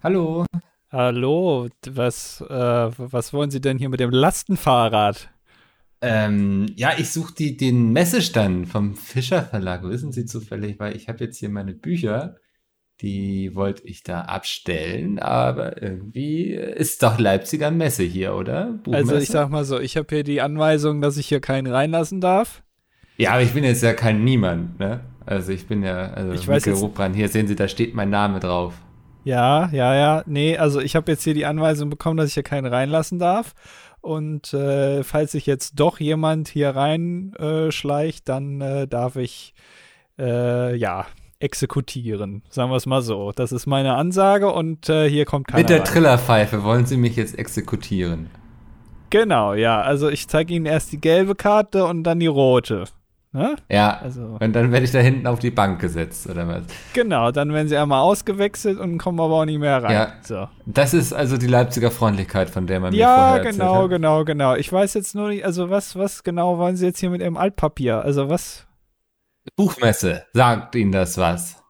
Hallo. Hallo, was wollen Sie denn hier mit dem Lastenfahrrad? Ja, ich suche den Messestand vom Fischer Verlag. Wissen Sie zufällig, weil ich habe jetzt hier meine Bücher, die wollte ich da abstellen, aber irgendwie ist doch Leipziger Messe hier, oder? Also ich Buchmesse? sag mal so, ich habe hier die Anweisung, dass ich hier keinen reinlassen darf. Ja, aber ich bin jetzt ja kein Niemand, ne? Also ich bin ja, also Ich weiß Mikkel jetzt, Ruppran, hier sehen Sie, da steht mein Name drauf. ja, nee, also ich habe jetzt hier die Anweisung bekommen, dass ich hier keinen reinlassen darf. Und falls sich jetzt doch jemand hier reinschleicht, schleicht, dann darf ich, ja, exekutieren. Sagen wir es mal so. Das ist meine Ansage und hier kommt Mit keiner der rein. Trillerpfeife wollen Sie mich jetzt exekutieren. Genau, ja. Also ich zeige Ihnen erst die gelbe Karte und dann die rote. Ne? Ja, Also, und dann werde ich da hinten auf die Bank gesetzt, oder was? genau, dann werden sie einmal ausgewechselt und kommen aber auch nicht mehr rein. Ja, So. das ist also die Leipziger Freundlichkeit, von der man mir Ja, vorher erzählt hat. genau. Ich weiß jetzt nur nicht, also was genau wollen sie jetzt hier mit ihrem Altpapier? Also was? Buchmesse, sagt Ihnen das was?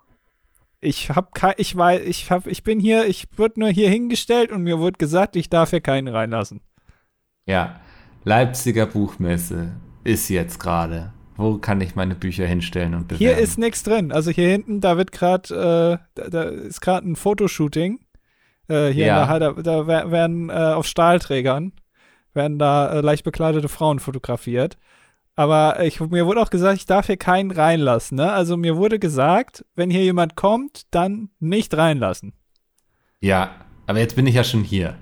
Ich bin hier, ich wurde nur hier hingestellt und mir wurde gesagt, ich darf hier keinen reinlassen. Ja, Leipziger Buchmesse ist jetzt gerade. Wo kann ich meine Bücher hinstellen und Hier ist bewerben? nichts drin. Also hier hinten, da wird gerade, da ist gerade ein Fotoshooting. Hier in der Ja, Halle, werden auf Stahlträgern werden da leicht bekleidete Frauen fotografiert. Aber mir wurde auch gesagt, ich darf hier keinen reinlassen. Ne? Also mir wurde gesagt, wenn hier jemand kommt, dann nicht reinlassen. ja, aber jetzt bin ich ja schon hier.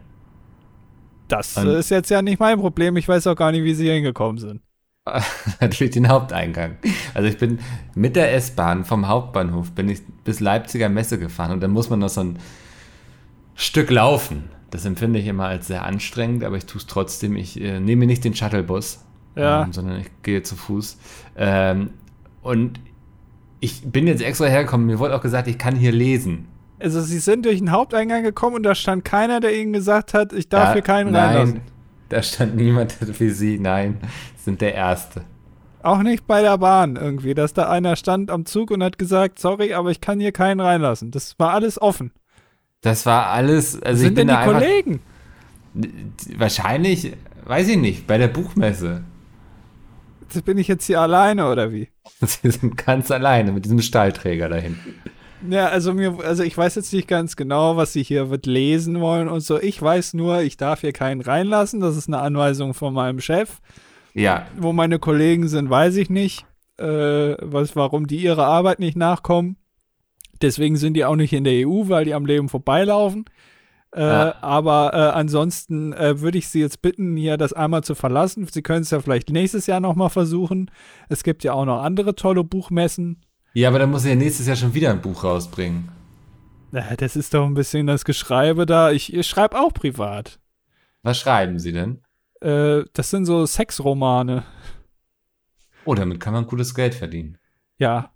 Das Und ist jetzt ja nicht mein Problem. Ich weiß auch gar nicht, wie sie hier hingekommen sind. natürlich den Haupteingang. Also ich bin mit der S-Bahn vom Hauptbahnhof bin ich bis Leipziger Messe gefahren und dann muss man noch so ein Stück laufen. Das empfinde ich immer als sehr anstrengend, aber ich tue es trotzdem. Ich nehme nicht den Shuttlebus, Ja, sondern ich gehe zu Fuß. Ähm, und ich bin jetzt extra hergekommen. Mir wurde auch gesagt, ich kann hier lesen. also sie sind durch den Haupteingang gekommen und da stand keiner, der ihnen gesagt hat, ich darf hier Ja, keinen nein, reinlassen. da stand niemand wie Sie. Nein, Sie sind der Erste. Auch nicht bei der Bahn irgendwie, dass da einer stand am Zug und hat gesagt, sorry, aber ich kann hier keinen reinlassen. Das war alles offen. Das war alles, Wo also ich sind bin denn da die einfach, Kollegen? wahrscheinlich, weiß ich nicht, bei der Buchmesse. Bin ich jetzt hier alleine oder wie? Sie sind ganz alleine mit diesem Stahlträger da hinten. Ja, also ich weiß jetzt nicht ganz genau, was sie hier wird lesen wollen und so. Ich weiß nur, ich darf hier keinen reinlassen. Das ist eine Anweisung von meinem Chef. Ja, Wo meine Kollegen sind, weiß ich nicht. Warum die ihrer Arbeit nicht nachkommen. Deswegen sind die auch nicht in der EU, weil die am Leben vorbeilaufen. ja, Ansonsten würde ich Sie jetzt bitten, hier das einmal zu verlassen. Sie können es ja vielleicht nächstes Jahr nochmal versuchen. Es gibt ja auch noch andere tolle Buchmessen. ja, aber dann muss er ja nächstes Jahr schon wieder ein Buch rausbringen. Das ist doch ein bisschen das Geschreibe da. Ich schreibe auch privat. Was schreiben Sie denn? Das sind so Sexromane. Oh, damit kann man gutes Geld verdienen. Ja.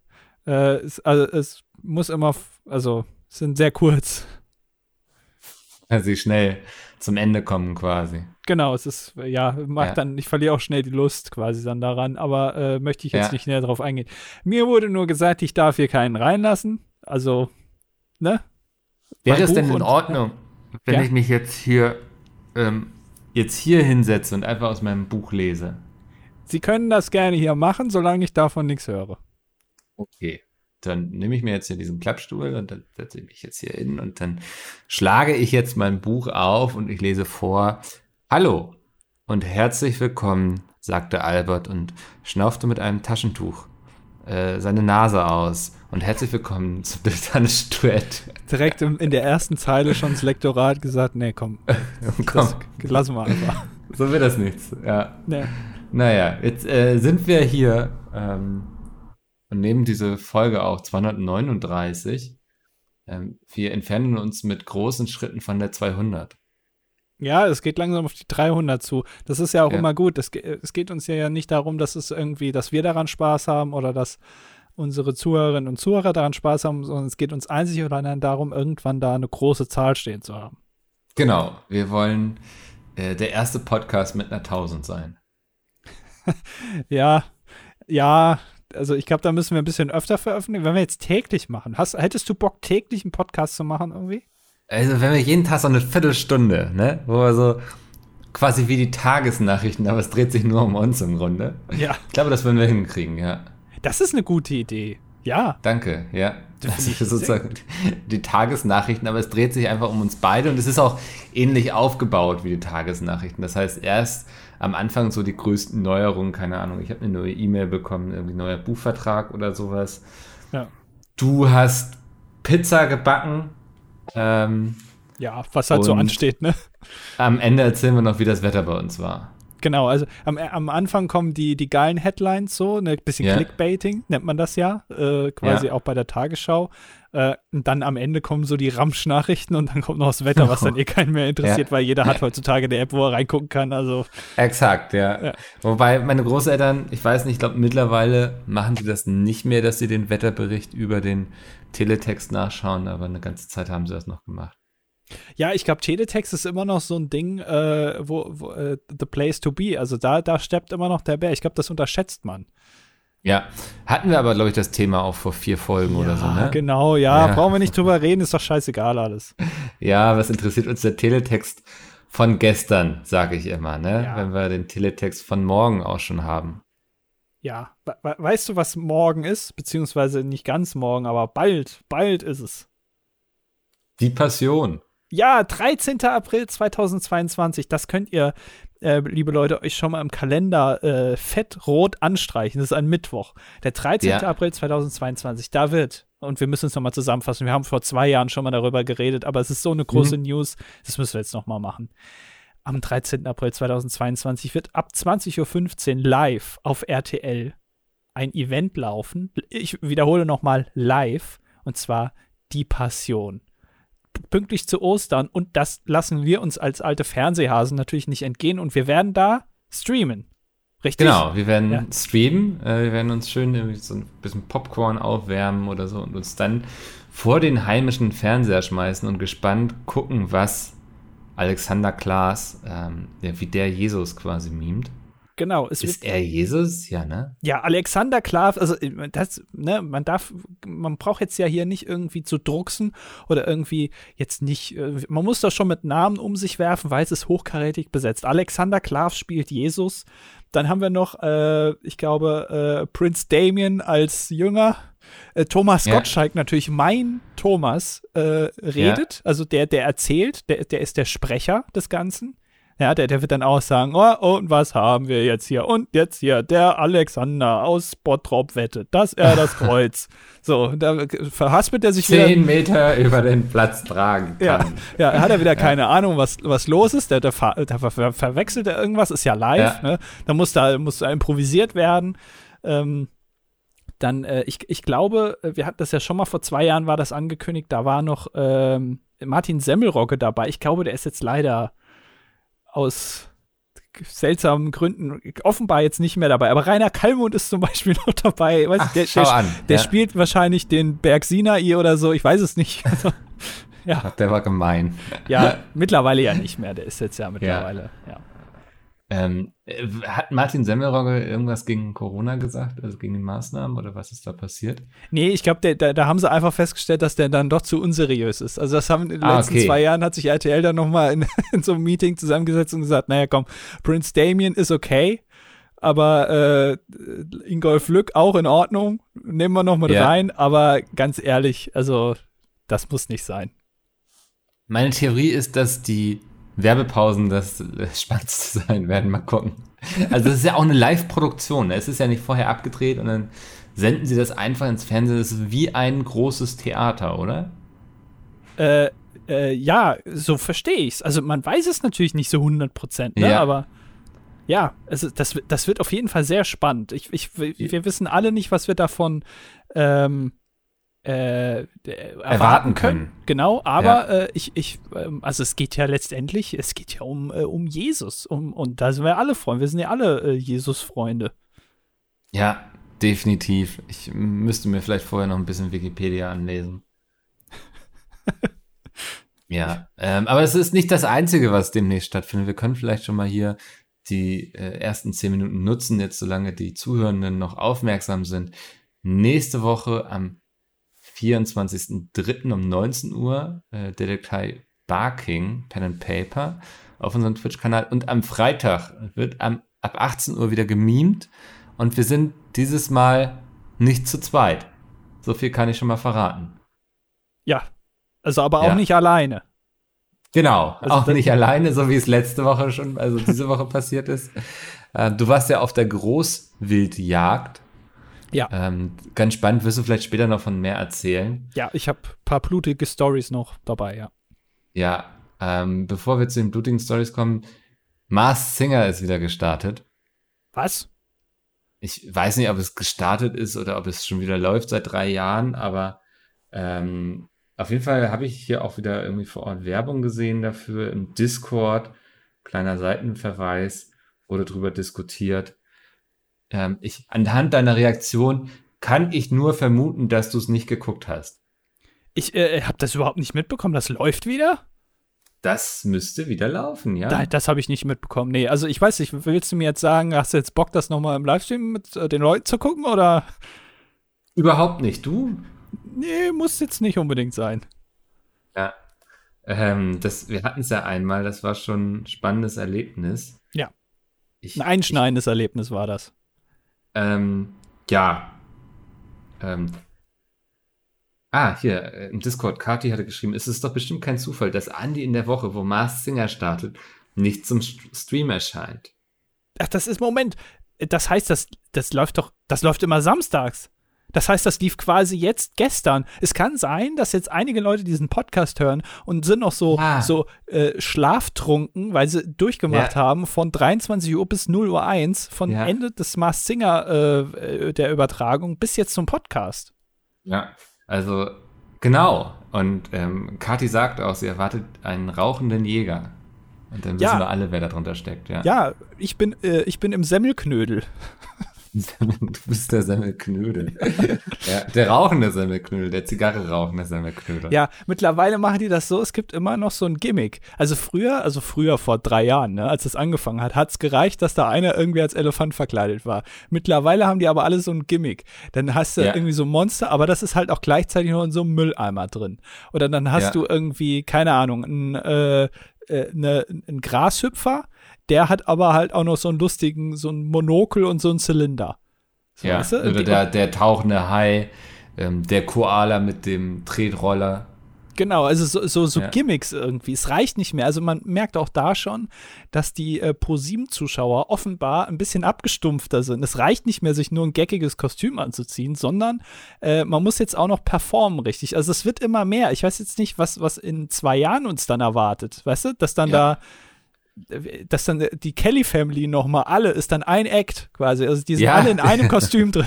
Es muss immer, also, sind sehr kurz. Dass Sie schnell zum Ende kommen quasi. Genau, es ist, ja, Ja, ich verliere auch schnell die Lust quasi dann daran, aber möchte ich jetzt ja. nicht näher drauf eingehen. Mir wurde nur gesagt, ich darf hier keinen reinlassen. Also, ne? Wäre Mein es denn Buch in und, Ordnung, wenn ja. ich mich jetzt hier hinsetze und einfach aus meinem Buch lese? Sie können das gerne hier machen, solange ich davon nichts höre. Okay. Dann nehme ich mir jetzt hier diesen Klappstuhl und dann setze ich mich jetzt hier hin und dann schlage ich jetzt mein Buch auf und ich lese vor. Hallo und herzlich willkommen, sagte Albert und schnaufte mit einem Taschentuch seine Nase aus. Und herzlich willkommen zum britannischen Duett. Direkt in der ersten Zeile schon das Lektorat gesagt, nee, komm, Komm, das lassen wir einfach. so wird das nichts. Ja. Nee. Naja, jetzt sind wir hier und nehmen diese Folge auch 239. Wir entfernen uns mit großen Schritten von der 200. Ja, es geht langsam auf die 300 zu. Das ist ja auch Ja, immer gut. Es geht uns ja nicht darum, dass es irgendwie, dass wir daran Spaß haben oder dass unsere Zuhörerinnen und Zuhörer daran Spaß haben, sondern es geht uns einzig und allein darum, irgendwann da eine große Zahl stehen zu haben. genau. Wir wollen der erste Podcast mit einer 1000 sein. Ja, ja, also ich glaube, da müssen wir ein bisschen öfter veröffentlichen. Wenn wir jetzt täglich machen, hättest du Bock, täglich einen Podcast zu machen irgendwie? Also wenn wir jeden Tag so eine Viertelstunde, ne, wo wir so quasi wie die Tagesnachrichten, aber es dreht sich nur um uns im Grunde. Ja. Ich glaube, das würden wir hinkriegen, ja. Das ist eine gute Idee. Ja. Danke, ja. Das ich ist sozusagen die Tagesnachrichten, aber es dreht sich einfach um uns beide und es ist auch ähnlich aufgebaut wie die Tagesnachrichten. Das heißt, erst am Anfang so die größten Neuerungen, keine Ahnung, ich habe eine neue E-Mail bekommen, irgendwie neuer Buchvertrag oder sowas. Ja. Du hast Pizza gebacken. Ja, was halt so ansteht, ne? Am Ende erzählen wir noch, wie das Wetter bei uns war. Genau, also am Anfang kommen die geilen Headlines so, ne, bisschen Clickbaiting, nennt man das ja, quasi auch bei der Tagesschau. Und dann am Ende kommen so die Ramsch-Nachrichten und dann kommt noch das Wetter, was dann keinen mehr interessiert, weil jeder hat heutzutage eine App, wo er reingucken kann. Also Exakt, ja. Wobei meine Großeltern, ich weiß nicht, ich glaube mittlerweile machen sie das nicht mehr, dass sie den Wetterbericht über den Teletext nachschauen, aber eine ganze Zeit haben sie das noch gemacht. Ja, ich glaube, Teletext ist immer noch so ein Ding, wo the place to be. Also da steppt immer noch der Bär. Ich glaube, das unterschätzt man. Ja, hatten wir aber, glaube ich, das Thema auch vor 4 Folgen oder so, ne? Genau, ja, brauchen wir nicht drüber reden, ist doch scheißegal alles. Ja, was interessiert uns der Teletext von gestern, sage ich immer, ne? Ja. Wenn wir den Teletext von morgen auch schon haben. Ja, weißt du, was morgen ist? Beziehungsweise nicht ganz morgen, aber bald ist es. Die Passion. Ja, 13. April 2022, das könnt ihr, liebe Leute, euch schon mal im Kalender fett-rot anstreichen. Das ist ein Mittwoch. Der 13. April 2022, da wird, und wir müssen es nochmal zusammenfassen, wir haben vor 2 Jahren schon mal darüber geredet, aber es ist so eine große News, das müssen wir jetzt nochmal machen. Am 13. April 2022 wird ab 20:15 Uhr live auf RTL ein Event laufen. Ich wiederhole nochmal live, und zwar Die Passion. Pünktlich zu Ostern, und das lassen wir uns als alte Fernsehhasen natürlich nicht entgehen, und wir werden da streamen. Richtig? Genau, wir werden streamen, wir werden uns schön irgendwie so ein bisschen Popcorn aufwärmen oder so und uns dann vor den heimischen Fernseher schmeißen und gespannt gucken, was Alexander Klaas, wie der Jesus quasi mimt. Genau. Ist er Jesus? Ja, ne? Ja, Alexander Klaas, also das, ne, man braucht jetzt ja hier nicht irgendwie zu drucksen oder irgendwie jetzt nicht, man muss da schon mit Namen um sich werfen, weil es ist hochkarätig besetzt. Alexander Klaas spielt Jesus. Dann haben wir noch, ich glaube, Prince Damien als Jünger. Thomas Gottschalk natürlich, mein Thomas, redet, also der erzählt, der ist der Sprecher des Ganzen. Ja, der wird dann auch sagen, oh, und was haben wir jetzt hier? Und jetzt hier, der Alexander aus Bottrop wettet, dass er das Kreuz. So, da verhaspelt er sich 10 wieder. 10 Meter über den Platz tragen kann. Ja, hat er wieder keine Ahnung, was los ist. Da verwechselt er irgendwas, ist ja live. Ne? Da muss improvisiert werden. Ich glaube, wir hatten das ja schon mal, vor 2 Jahren war das angekündigt, da war noch Martin Semmelrogge dabei. Ich glaube, der ist jetzt leider aus seltsamen Gründen offenbar jetzt nicht mehr dabei. Aber Rainer Kallmund ist zum Beispiel noch dabei. Der spielt wahrscheinlich den Berg Sinai oder so. Ich weiß es nicht. Also, ja. Der war gemein. Ja, mittlerweile ja nicht mehr. Der ist jetzt ja mittlerweile, Hat Martin Semmelrogge irgendwas gegen Corona gesagt, also gegen die Maßnahmen, oder was ist da passiert? Nee, ich glaube, da haben sie einfach festgestellt, dass der dann doch zu unseriös ist. Also das haben in den letzten 2 Jahren, hat sich RTL dann nochmal in so einem Meeting zusammengesetzt und gesagt, naja komm, Prince Damien ist okay, aber Ingolf Lück auch in Ordnung, nehmen wir noch mit rein, aber ganz ehrlich, also das muss nicht sein. Meine Theorie ist, dass die Werbepausen das Spannendste sein werden. Mal gucken. Also das ist ja auch eine Live-Produktion. Es ist ja nicht vorher abgedreht und dann senden sie das einfach ins Fernsehen. Das ist wie ein großes Theater, oder? Ja, so verstehe ich's. Also man weiß es natürlich nicht so 100%, ne? Aber ja, also das wird auf jeden Fall sehr spannend. Wir wissen alle nicht, was wir davon erwarten können. Genau, aber also es geht ja letztendlich, um Jesus. Und da sind wir alle Freunde. Wir sind ja alle Jesus-Freunde. Ja, definitiv. Ich müsste mir vielleicht vorher noch ein bisschen Wikipedia anlesen. Ja, aber es ist nicht das Einzige, was demnächst stattfindet. Wir können vielleicht schon mal hier die ersten 10 Minuten nutzen, jetzt solange die Zuhörenden noch aufmerksam sind. Nächste Woche am 24.03. um 19 Uhr, Detektei Barking, Pen and Paper, auf unserem Twitch-Kanal. Und am Freitag wird ab 18 Uhr wieder gemimt. Und wir sind dieses Mal nicht zu zweit. So viel kann ich schon mal verraten. Ja, also aber auch nicht alleine. Genau, also auch nicht alleine, so wie es letzte Woche schon, also diese Woche passiert ist. Du warst ja auf der Großwildjagd. Ja. Ganz spannend, wirst du vielleicht später noch von mehr erzählen. Ja, ich habe ein paar blutige Stories noch dabei, ja. Ja, bevor wir zu den blutigen Stories kommen, Masked Singer ist wieder gestartet. Was? Ich weiß nicht, ob es gestartet ist oder ob es schon wieder läuft seit 3 Jahren, aber auf jeden Fall habe ich hier auch wieder irgendwie vor Ort Werbung gesehen dafür im Discord. Kleiner Seitenverweis, wurde drüber diskutiert. Anhand deiner Reaktion kann ich nur vermuten, dass du es nicht geguckt hast. Ich habe das überhaupt nicht mitbekommen. Das läuft wieder? Das müsste wieder laufen, ja. Das habe ich nicht mitbekommen. Nee, also ich weiß nicht, willst du mir jetzt sagen, hast du jetzt Bock, das nochmal im Livestream mit den Leuten zu gucken, oder? Überhaupt nicht. Du? Nee, muss jetzt nicht unbedingt sein. Ja. Wir hatten es ja einmal, das war schon ein spannendes Erlebnis. Ja. Ein einschneidendes Erlebnis war das. Ja. Hier, im Discord, Kati hatte geschrieben, es ist doch bestimmt kein Zufall, dass Andi in der Woche, wo Masked Singer startet, nicht zum Stream erscheint. Ach, Moment. Das heißt, das läuft immer samstags. Das heißt, das lief quasi jetzt gestern. Es kann sein, dass jetzt einige Leute diesen Podcast hören und sind noch so schlaftrunken, weil sie durchgemacht haben von 23 Uhr bis 0 Uhr 1 von Ende des Masked Singer der Übertragung bis jetzt zum Podcast. Ja, also genau. Und Kathi sagt auch, sie erwartet einen rauchenden Jäger. Und dann wissen wir alle, wer da drunter steckt. Ja, ich bin im Semmelknödel. Du bist der Semmelknödel. Ja, der rauchende Semmelknödel, der Zigarre rauchende Semmelknödel. Ja, mittlerweile machen die das so, es gibt immer noch so ein Gimmick. Also früher vor 3 Jahren, ne, als es angefangen hat es gereicht, dass da einer irgendwie als Elefant verkleidet war. Mittlerweile haben die aber alle so ein Gimmick. Dann hast du irgendwie so ein Monster, aber das ist halt auch gleichzeitig noch in so einem Mülleimer drin. Oder dann hast du irgendwie, keine Ahnung, ein Grashüpfer, der hat aber halt auch noch so ein Monokel und so einen Zylinder. So, ja, weißt du? Oder der tauchende Hai, der Koala mit dem Tretroller. Genau, also so Gimmicks irgendwie. Es reicht nicht mehr. Also man merkt auch da schon, dass die ProSieben-Zuschauer offenbar ein bisschen abgestumpfter sind. Es reicht nicht mehr, sich nur ein geckiges Kostüm anzuziehen, sondern man muss jetzt auch noch performen, richtig. Also es wird immer mehr. Ich weiß jetzt nicht, was in 2 Jahren uns dann erwartet. Weißt du, dass dann die Kelly Family nochmal alle ist dann ein Act quasi. Also die sind alle in einem Kostüm drin.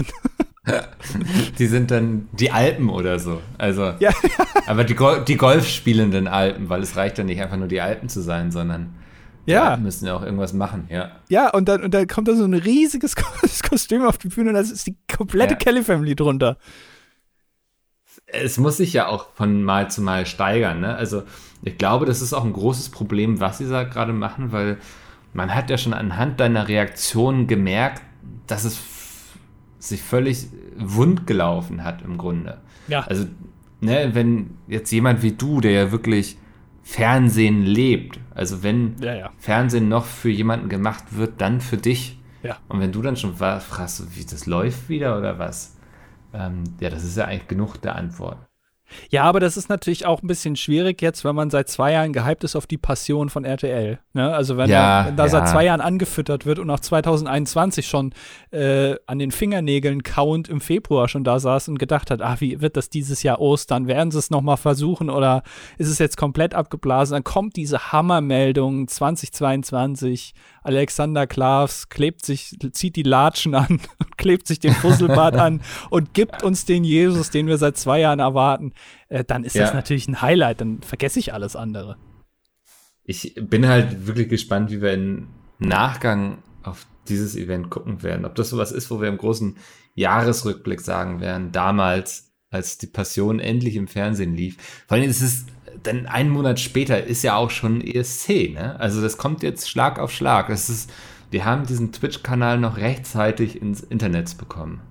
Die sind dann die Alpen oder so. Also, aber die Golfspielenden Alpen, weil es reicht ja nicht einfach nur die Alpen zu sein, sondern die Alpen müssen ja auch irgendwas machen, Ja, und dann kommt da so ein riesiges Kostüm auf die Bühne und da ist die komplette Kelly Family drunter. Es muss sich ja auch von Mal zu Mal steigern, ne? Also ich glaube, das ist auch ein großes Problem, was sie da gerade machen, weil man hat ja schon anhand deiner Reaktion gemerkt, dass es sich völlig wund gelaufen hat im Grunde. Ja. Also, ne, wenn jetzt jemand wie du, der ja wirklich Fernsehen lebt, also wenn Fernsehen noch für jemanden gemacht wird, dann für dich. Ja. Und wenn du dann schon fragst, wie das läuft wieder oder was? Das ist ja eigentlich genug der Antwort. Ja, aber das ist natürlich auch ein bisschen schwierig jetzt, wenn man seit 2 Jahren gehypt ist auf die Passion von RTL. Ne? Also wenn da seit 2 Jahren angefüttert wird und auch 2021 schon an den Fingernägeln kauend im Februar schon da saß und gedacht hat, wie wird das dieses Jahr Ostern? Werden sie es nochmal versuchen oder ist es jetzt komplett abgeblasen? Dann kommt diese Hammermeldung 2022, Alexander Klavs zieht die Latschen an und klebt sich den Fusselbart an und gibt uns den Jesus, den wir seit 2 Jahren erwarten. Dann ist das natürlich ein Highlight, dann vergesse ich alles andere. Ich bin halt wirklich gespannt, wie wir im Nachgang auf dieses Event gucken werden. Ob das sowas ist, wo wir im großen Jahresrückblick sagen werden, damals, als die Passion endlich im Fernsehen lief. Vor allem ist es dann 1 Monat später, ist ja auch schon ESC, ne? Also das kommt jetzt Schlag auf Schlag. Wir haben diesen Twitch-Kanal noch rechtzeitig ins Internet bekommen.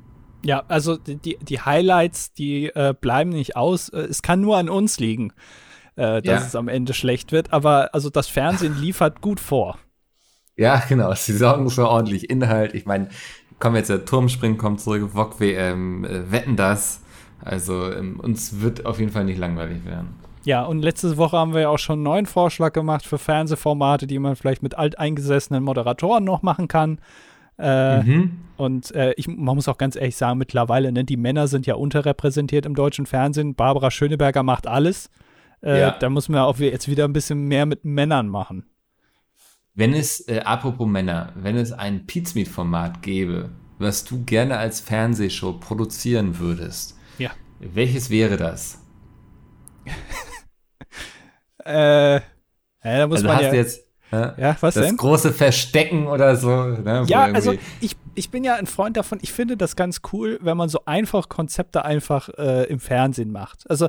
Ja, also die Highlights, die bleiben nicht aus. Es kann nur an uns liegen, dass es am Ende schlecht wird. Aber also das Fernsehen liefert gut vor. Ja, genau. Sie sorgen für ordentlich Inhalt. Ich meine, kommen jetzt der Turmspringen kommt zurück, VOG WM, wetten das. Also uns wird auf jeden Fall nicht langweilig werden. Ja, und letzte Woche haben wir ja auch schon einen neuen Vorschlag gemacht für Fernsehformate, die man vielleicht mit alteingesessenen Moderatoren noch machen kann. Und man muss auch ganz ehrlich sagen, mittlerweile, ne, die Männer sind ja unterrepräsentiert im deutschen Fernsehen. Barbara Schöneberger macht alles. Da muss man auch jetzt wieder ein bisschen mehr mit Männern machen. Wenn es, apropos Männer, wenn es ein Pizmeet-Format gäbe, was du gerne als Fernsehshow produzieren würdest, welches wäre das? Da muss also man hast du jetzt was das denn? große Verstecken oder so? Ne, ja, also ich bin ja ein Freund davon, ich finde das ganz cool, wenn man so einfach Konzepte einfach im Fernsehen macht. Also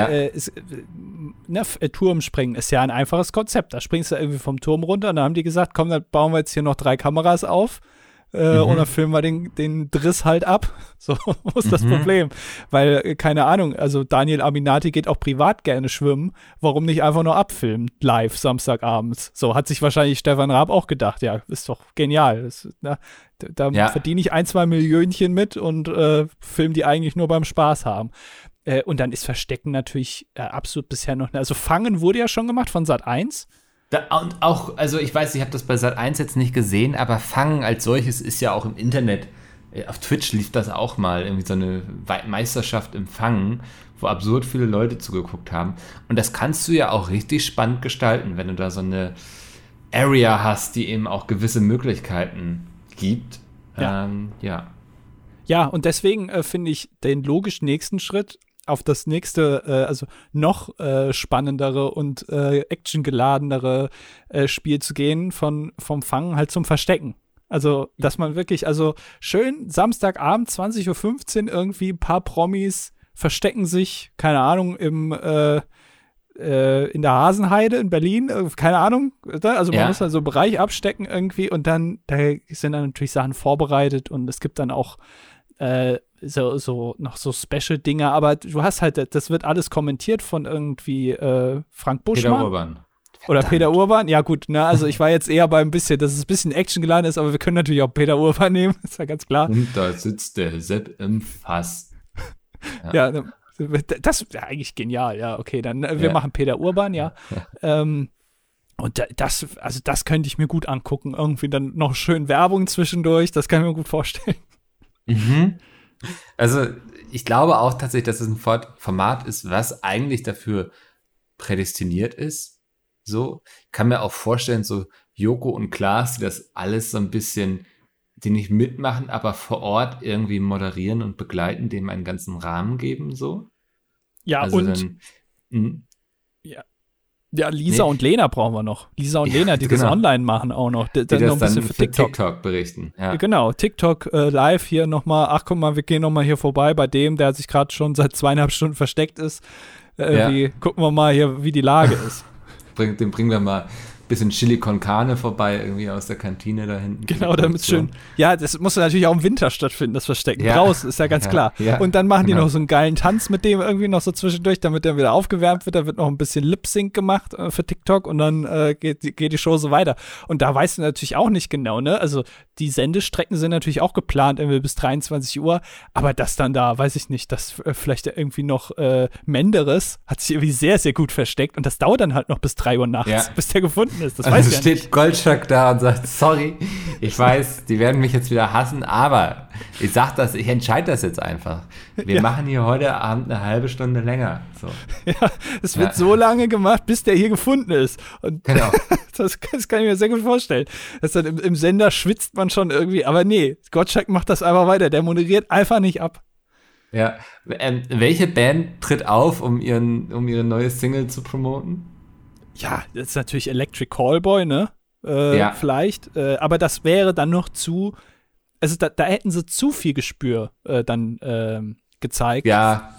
Turmspringen ist ja ein einfaches Konzept. Da springst du irgendwie vom Turm runter und dann haben die gesagt, komm, dann bauen wir jetzt hier noch 3 Kameras auf. Und dann filmen wir den Driss halt ab. So, wo ist das Problem? Weil, keine Ahnung, also Daniel Aminati geht auch privat gerne schwimmen. Warum nicht einfach nur abfilmen, live, Samstagabends? So, hat sich wahrscheinlich Stefan Raab auch gedacht. Ja, ist doch genial. Da verdiene ich 1-2 Millionchen mit und film die eigentlich nur beim Spaß haben. Und dann ist Verstecken natürlich absolut bisher noch, also Fangen wurde ja schon gemacht von Sat.1. Und auch, also ich weiß, ich habe das bei Sat.1 jetzt nicht gesehen, aber Fangen als solches ist ja auch im Internet, auf Twitch lief das auch mal, irgendwie so eine Meisterschaft im Fangen, wo absurd viele Leute zugeguckt haben. Und das kannst du ja auch richtig spannend gestalten, wenn du da so eine Area hast, die eben auch gewisse Möglichkeiten gibt. Ja, und deswegen finde ich den logisch nächsten Schritt auf das nächste, also noch spannendere und actiongeladenere Spiel zu gehen, vom Fangen halt zum Verstecken. Also, dass man wirklich, also schön Samstagabend, 20:15 Uhr irgendwie ein paar Promis verstecken sich, keine Ahnung, in der Hasenheide in Berlin, keine Ahnung, also man muss dann so einen Bereich abstecken irgendwie und dann, da sind dann natürlich Sachen vorbereitet und es gibt dann auch so noch so Special-Dinge, aber du hast halt, das wird alles kommentiert von irgendwie Frank Buschmann. Peter Urban. Oder Peter Urban, ja gut, ne, also ich war jetzt eher bei ein bisschen, dass es ein bisschen Action geladen ist, aber wir können natürlich auch Peter Urban nehmen, ist ja ganz klar. Und da sitzt der Sepp im Fass. Ja, das ist ja eigentlich genial, ja, okay, dann wir machen Peter Urban, ja. Und das könnte ich mir gut angucken, irgendwie dann noch schön Werbung zwischendurch, das kann ich mir gut vorstellen. Also ich glaube auch tatsächlich, dass es ein Format ist, was eigentlich dafür prädestiniert ist. So, ich kann mir auch vorstellen, so Joko und Klaas, die das alles so ein bisschen, die nicht mitmachen, aber vor Ort irgendwie moderieren und begleiten, dem einen ganzen Rahmen geben, so. Ja, also und Ja, Lisa und Lena brauchen wir noch. Lisa und Lena, die das online machen auch noch. Die das noch ein bisschen für TikTok berichten. Ja. Genau, TikTok live hier nochmal. Ach, guck mal, wir gehen nochmal hier vorbei bei dem, der sich gerade schon seit 2,5 Stunden versteckt ist. Gucken wir mal hier, wie die Lage ist. Dem bringen wir mal ein bisschen Chili con Carne vorbei, irgendwie aus der Kantine da hinten. Genau, damit schön. Ja, das muss natürlich auch im Winter stattfinden, das Verstecken. Draußen, ist ja ganz klar. Ja, und dann machen die noch so einen geilen Tanz mit dem irgendwie noch so zwischendurch, damit der wieder aufgewärmt wird. Da wird noch ein bisschen Lip-Sync gemacht für TikTok und dann geht die Show so weiter. Und da weißt du natürlich auch nicht genau, ne? Also die Sendestrecken sind natürlich auch geplant, irgendwie bis 23 Uhr. Aber das dann da, weiß ich nicht, dass vielleicht irgendwie noch Menderes hat sich irgendwie sehr, sehr gut versteckt. Und das dauert dann halt noch bis 3 Uhr nachts, bis der gefunden ist. Das weiß ich ja nicht. Steht Goldschlag da und sagt, sorry, ich weiß, die werden mich jetzt wieder hassen, aber ich entscheide das jetzt einfach. Wir machen hier heute Abend eine halbe Stunde länger. So. Ja, es wird so lange gemacht, bis der hier gefunden ist. Und genau. das kann ich mir sehr gut vorstellen. Das dann im Sender schwitzt man schon irgendwie, aber nee, Gottschalk macht das einfach weiter. Der moderiert einfach nicht ab. Ja, welche Band tritt auf, um ihre neue Single zu promoten? Ja, das ist natürlich Electric Callboy, ne? Vielleicht. Aber das wäre dann noch also da hätten sie zu viel Gespür dann gezeigt. Ja.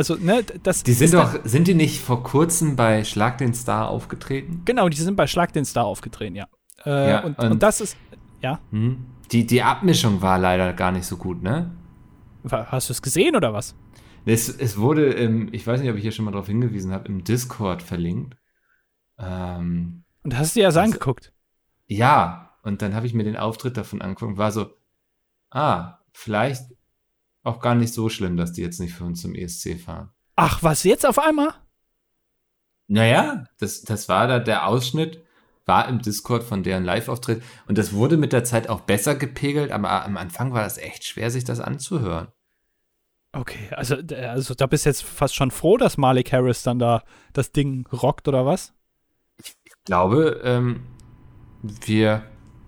Sind die nicht vor kurzem bei Schlag den Star aufgetreten? Genau, die sind bei Schlag den Star aufgetreten, ja. Und das ist, ja. Die Abmischung war leider gar nicht so gut, ne? Hast du es gesehen oder was? Es wurde, ich weiß nicht, ob ich hier schon mal darauf hingewiesen habe, im Discord verlinkt. Und hast du dir das angeguckt? Ja, und dann habe ich mir den Auftritt davon angeguckt und war so, vielleicht auch gar nicht so schlimm, dass die jetzt nicht für uns zum ESC fahren. Ach, was, jetzt auf einmal? Naja, das war da der Ausschnitt, war im Discord von deren Live-Auftritt und das wurde mit der Zeit auch besser gepegelt, aber am Anfang war das echt schwer, sich das anzuhören. Okay, also da bist du jetzt fast schon froh, dass Malik Harris dann da das Ding rockt, oder was? Ich glaube, wir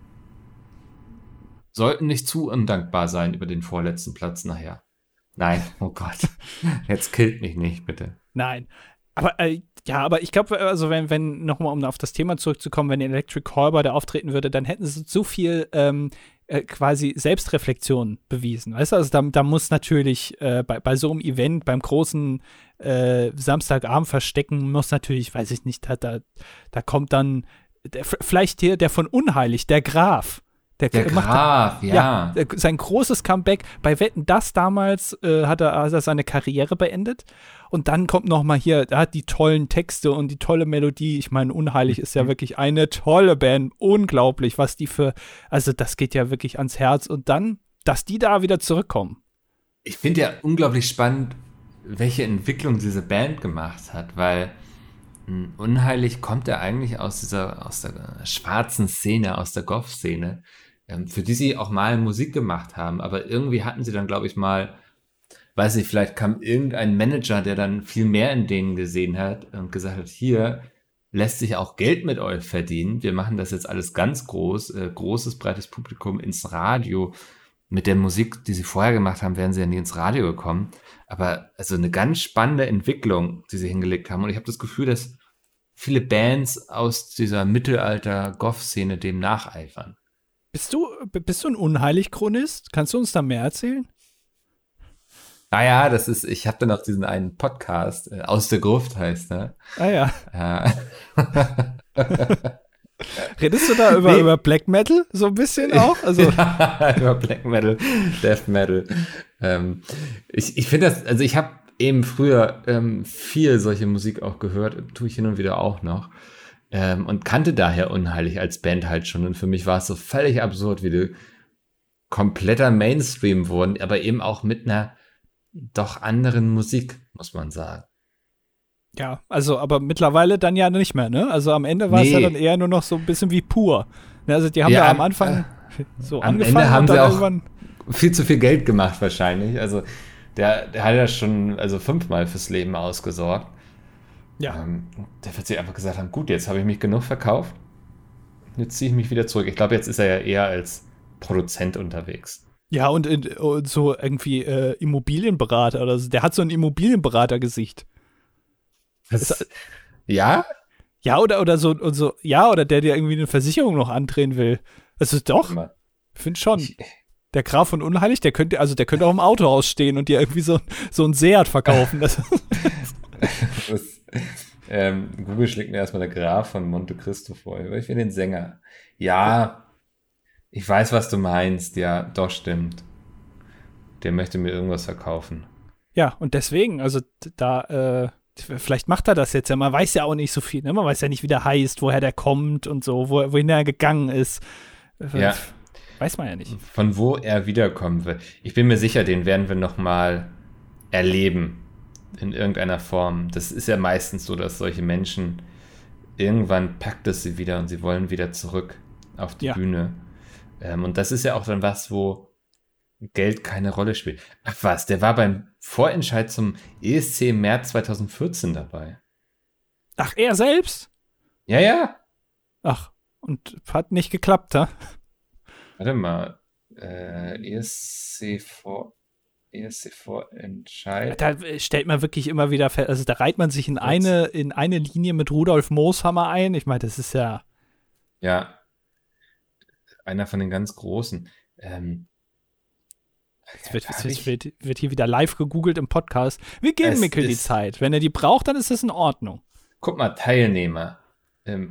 sollten nicht zu undankbar sein über den vorletzten Platz nachher. Nein, oh Gott, jetzt killt mich nicht, bitte. Nein. Aber aber ich glaube, also wenn nochmal, um auf das Thema zurückzukommen, wenn Electric Callboy da auftreten würde, dann hätten sie so viel quasi Selbstreflexion bewiesen. Weißt du, also da muss natürlich bei so einem Event, beim großen Samstagabend verstecken, muss natürlich, weiß ich nicht, da kommt dann vielleicht hier der von Unheilig, der Graf. Der Graf, ja. Sein großes Comeback. Bei Wetten, das damals hat er seine Karriere beendet. Und dann kommt noch mal hier, da hat die tollen Texte und die tolle Melodie. Ich meine, Unheilig ist ja wirklich eine tolle Band. Unglaublich, was die also das geht ja wirklich ans Herz. Und dann, dass die da wieder zurückkommen. Ich finde ja unglaublich spannend, welche Entwicklung diese Band gemacht hat, weil Unheilig kommt ja eigentlich aus der schwarzen Szene, aus der Goth-Szene, für die sie auch mal Musik gemacht haben, aber irgendwie hatten sie dann, glaube ich, mal, weiß nicht, vielleicht kam irgendein Manager, der dann viel mehr in denen gesehen hat und gesagt hat, hier lässt sich auch Geld mit euch verdienen, wir machen das jetzt alles ganz großes, breites Publikum ins Radio. Mit der Musik, die sie vorher gemacht haben, wären sie ja nie ins Radio gekommen. Aber also eine ganz spannende Entwicklung, die sie hingelegt haben. Und ich habe das Gefühl, dass viele Bands aus dieser Mittelalter-Goth-Szene dem nacheifern. Bist du ein Unheilig-Chronist? Kannst du uns da mehr erzählen? Naja, ich habe dann auch diesen einen Podcast, Aus der Gruft heißt er. Ah ja. Redest du da über Black Metal so ein bisschen auch? Also ja, über Black Metal, Death Metal. Ich finde das, also ich habe eben früher viel solche Musik auch gehört, tue ich hin und wieder auch noch, und kannte daher Unheilig als Band halt schon. Und für mich war es so völlig absurd, wie die kompletter Mainstream wurden, aber eben auch mit einer doch anderen Musik, muss man sagen. ja, also aber mittlerweile dann ja nicht mehr, ne? Also am Ende war es ja dann eher nur noch so ein bisschen wie pur. Ne, also die haben ja am Anfang so am angefangen Ende haben und dann sie auch irgendwann viel zu viel Geld gemacht wahrscheinlich. Also der hat ja schon 5-mal fürs Leben ausgesorgt. ja. Der wird sich einfach gesagt haben, gut, jetzt habe ich mich genug verkauft. Jetzt ziehe ich mich wieder zurück. Ich glaube, jetzt ist er ja eher als Produzent unterwegs. Ja, und so irgendwie Immobilienberater oder so. Der hat so ein Immobilienberater-Gesicht. Ja? Ja, oder so, ja, oder der dir irgendwie eine Versicherung noch andrehen will. Also doch, ich finde schon. Der Graf von Unheilig, der könnte auch im Autohaus stehen und dir irgendwie so ein Seat verkaufen. Google schlägt mir erstmal der Graf von Monte Cristo vor. Ich will den Sänger. Ja, ich weiß, was du meinst. Ja, doch, stimmt. Der möchte mir irgendwas verkaufen. Ja, und deswegen, also da, vielleicht macht er das jetzt ja. Man weiß ja auch nicht so viel. Ne? Man weiß ja nicht, wie der heißt, woher der kommt und so, wohin er gegangen ist. Ja. Weiß man ja nicht. Von wo er wiederkommen wird. Ich bin mir sicher, den werden wir noch mal erleben. In irgendeiner Form. Das ist ja meistens so, dass solche Menschen irgendwann packt es sie wieder und sie wollen wieder zurück auf die Bühne. Und das ist ja auch dann was, wo Geld keine Rolle spielt. Ach was, der war beim Vorentscheid zum ESC im März 2014 dabei. Ach, er selbst? Ja, ja. Ach, und hat nicht geklappt, ha? Warte mal. ESC-Vorentscheid. Da stellt man wirklich immer wieder fest, also da reiht man sich in eine Linie mit Rudolf Mooshammer ein. Ich meine, das ist ja. Ja. Einer von den ganz Großen. Jetzt wird hier wieder live gegoogelt im Podcast. Wir geben Mikkel die Zeit. Wenn er die braucht, dann ist das in Ordnung. Guck mal, Teilnehmer.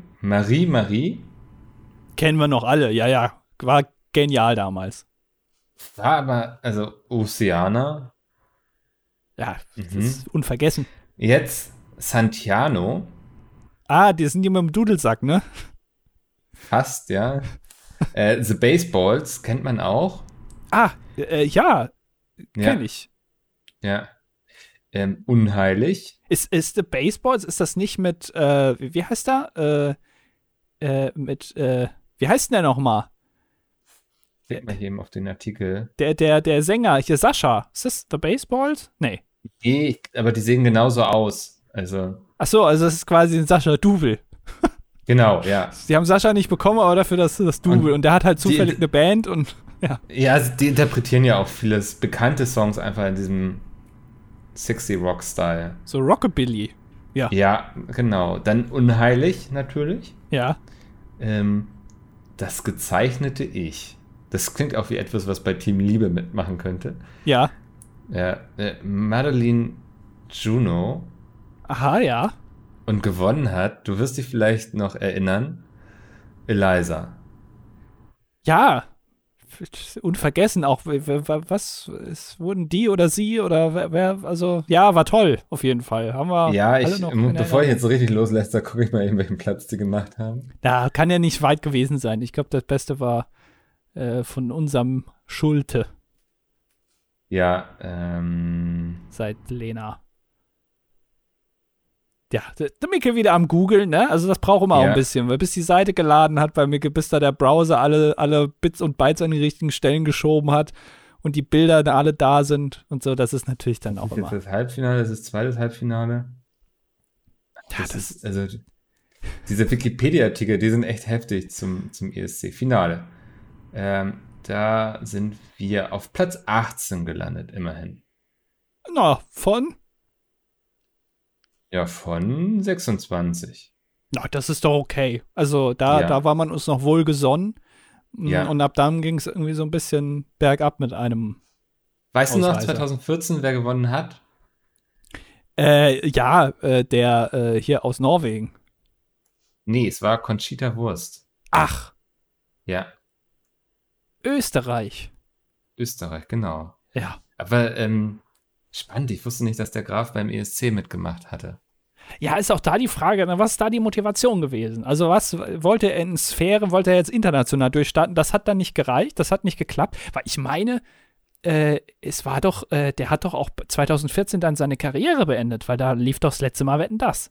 Marie. Kennen wir noch alle. Ja, war genial damals. War aber, also Oceana. Ja, das Mhm. ist unvergessen. Jetzt Santiano. Ah, die sind die mit dem Dudelsack, ne? Fast, ja. The Baseballs kennt man auch. Ah, ja, kenne Ja, ich. ja. Unheilig. Ist The Baseballs, ist das nicht mit, wie heißt der? Wie heißt denn der nochmal? Klick mal hier eben auf den Artikel. Der Sänger, hier Sascha. Ist das The Baseballs? Nee. Nee, aber die sehen genauso aus. Also, Ach so, also das ist quasi ein Sascha Double. genau, ja. Sie haben Sascha nicht bekommen, aber dafür das Double. Und der hat halt zufällig eine Band und ja. Ja, also die interpretieren ja auch vieles bekannte Songs einfach in diesem Sexy Rock-Style. So Rockabilly. Ja. Ja, genau. Dann Unheilig natürlich. Ja. Das gezeichnete Ich. Das klingt auch wie etwas, was bei Team Liebe mitmachen könnte. Ja. Ja, Madeline Juno. Aha, ja. Und gewonnen hat, du wirst dich vielleicht noch erinnern, Eliza. Ja. Unvergessen auch. Wurden die oder sie oder wer, also, ja, war toll, auf jeden Fall. Haben wir Ja, alle noch in bevor ich Erinnerung. jetzt so richtig loslässt, da gucke ich mal eben, welchen Platz die gemacht haben. Da kann ja nicht weit gewesen sein. Ich glaube, das Beste war von unserem Schulte Ja, seit Lena. Ja, der Micke wieder am Googeln, ne? Also das braucht immer auch ein bisschen, weil bis die Seite geladen hat bei Micke, bis da der Browser alle Bits und Bytes an die richtigen Stellen geschoben hat und die Bilder da alle da sind und so, das ist natürlich dann auch das ist immer. jetzt das Halbfinale, das ist zweites Halbfinale. Ja, Das ist, also, diese Wikipedia-Artikel, die sind echt heftig zum ESC-Finale. Da sind wir auf Platz 18 gelandet, immerhin. Na, von? Ja, von 26. Na, das ist doch okay. Also da war man uns noch wohl gesonnen. Ja. Und ab dann ging es irgendwie so ein bisschen bergab mit einem. Weißt du noch, Ausreißer. 2014, wer gewonnen hat? Der hier aus Norwegen. Nee, es war Conchita Wurst. Ach, Ja, Österreich. Österreich, genau. Ja. Aber spannend, ich wusste nicht, dass der Graf beim ESC mitgemacht hatte. Ja, ist auch da die Frage, was ist da die Motivation gewesen? Also was wollte er in Sphären, wollte er jetzt international durchstarten? Das hat dann nicht gereicht, das hat nicht geklappt, weil ich meine, es war doch, der hat doch auch 2014 dann seine Karriere beendet, weil da lief doch das letzte Mal Wetten, das.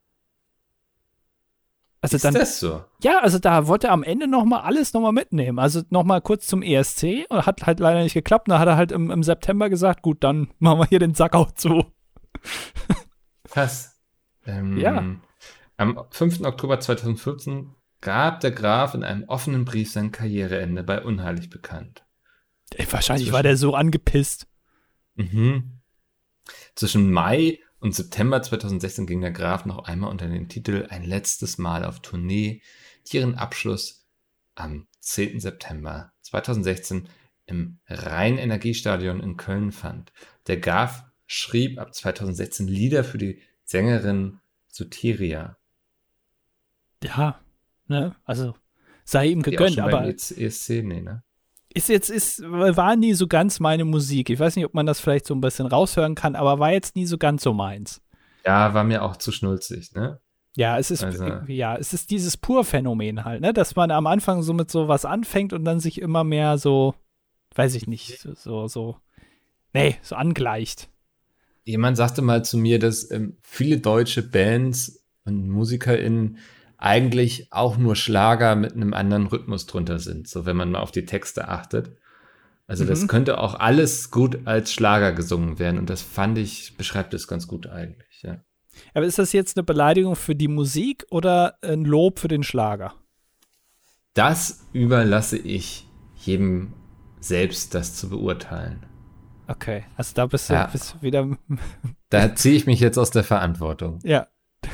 Also Ist dann, das so? ja, also da wollte er am Ende alles nochmal mitnehmen. Also nochmal kurz zum ESC und hat halt leider nicht geklappt. Da hat er halt im September gesagt, gut, dann machen wir hier den Sack auch zu. Krass. Ja. Am 5. Oktober 2014 gab der Graf in einem offenen Brief sein Karriereende bei Unheilig bekannt. Wahrscheinlich war der so angepisst. Mhm. Zwischen Mai und September 2016 ging der Graf noch einmal unter den Titel Ein letztes Mal auf Tournee, die ihren Abschluss am 10. September 2016 im Rhein-Energiestadion in Köln fand. Der Graf schrieb ab 2016 Lieder für die Sängerin Soteria. Ja, ne, also sei ihm Die auch gegönnt, schon aber beim ESC, nee, ne? war nie so ganz meine Musik. Ich weiß nicht, ob man das vielleicht so ein bisschen raushören kann, aber war jetzt nie so ganz so meins. Ja, war mir auch zu schnulzig, ne? Ja, es ist dieses Pur-Phänomen halt, ne, dass man am Anfang so mit sowas anfängt und dann sich immer mehr so, weiß ich nicht, so angleicht. Jemand sagte mal zu mir, dass viele deutsche Bands und MusikerInnen eigentlich auch nur Schlager mit einem anderen Rhythmus drunter sind, so wenn man mal auf die Texte achtet. Also das könnte auch alles gut als Schlager gesungen werden und das fand ich, beschreibt es ganz gut eigentlich, ja. Aber ist das jetzt eine Beleidigung für die Musik oder ein Lob für den Schlager? Das überlasse ich jedem selbst, das zu beurteilen. Okay, also da bist du wieder. Da ziehe ich mich jetzt aus der Verantwortung. Ja.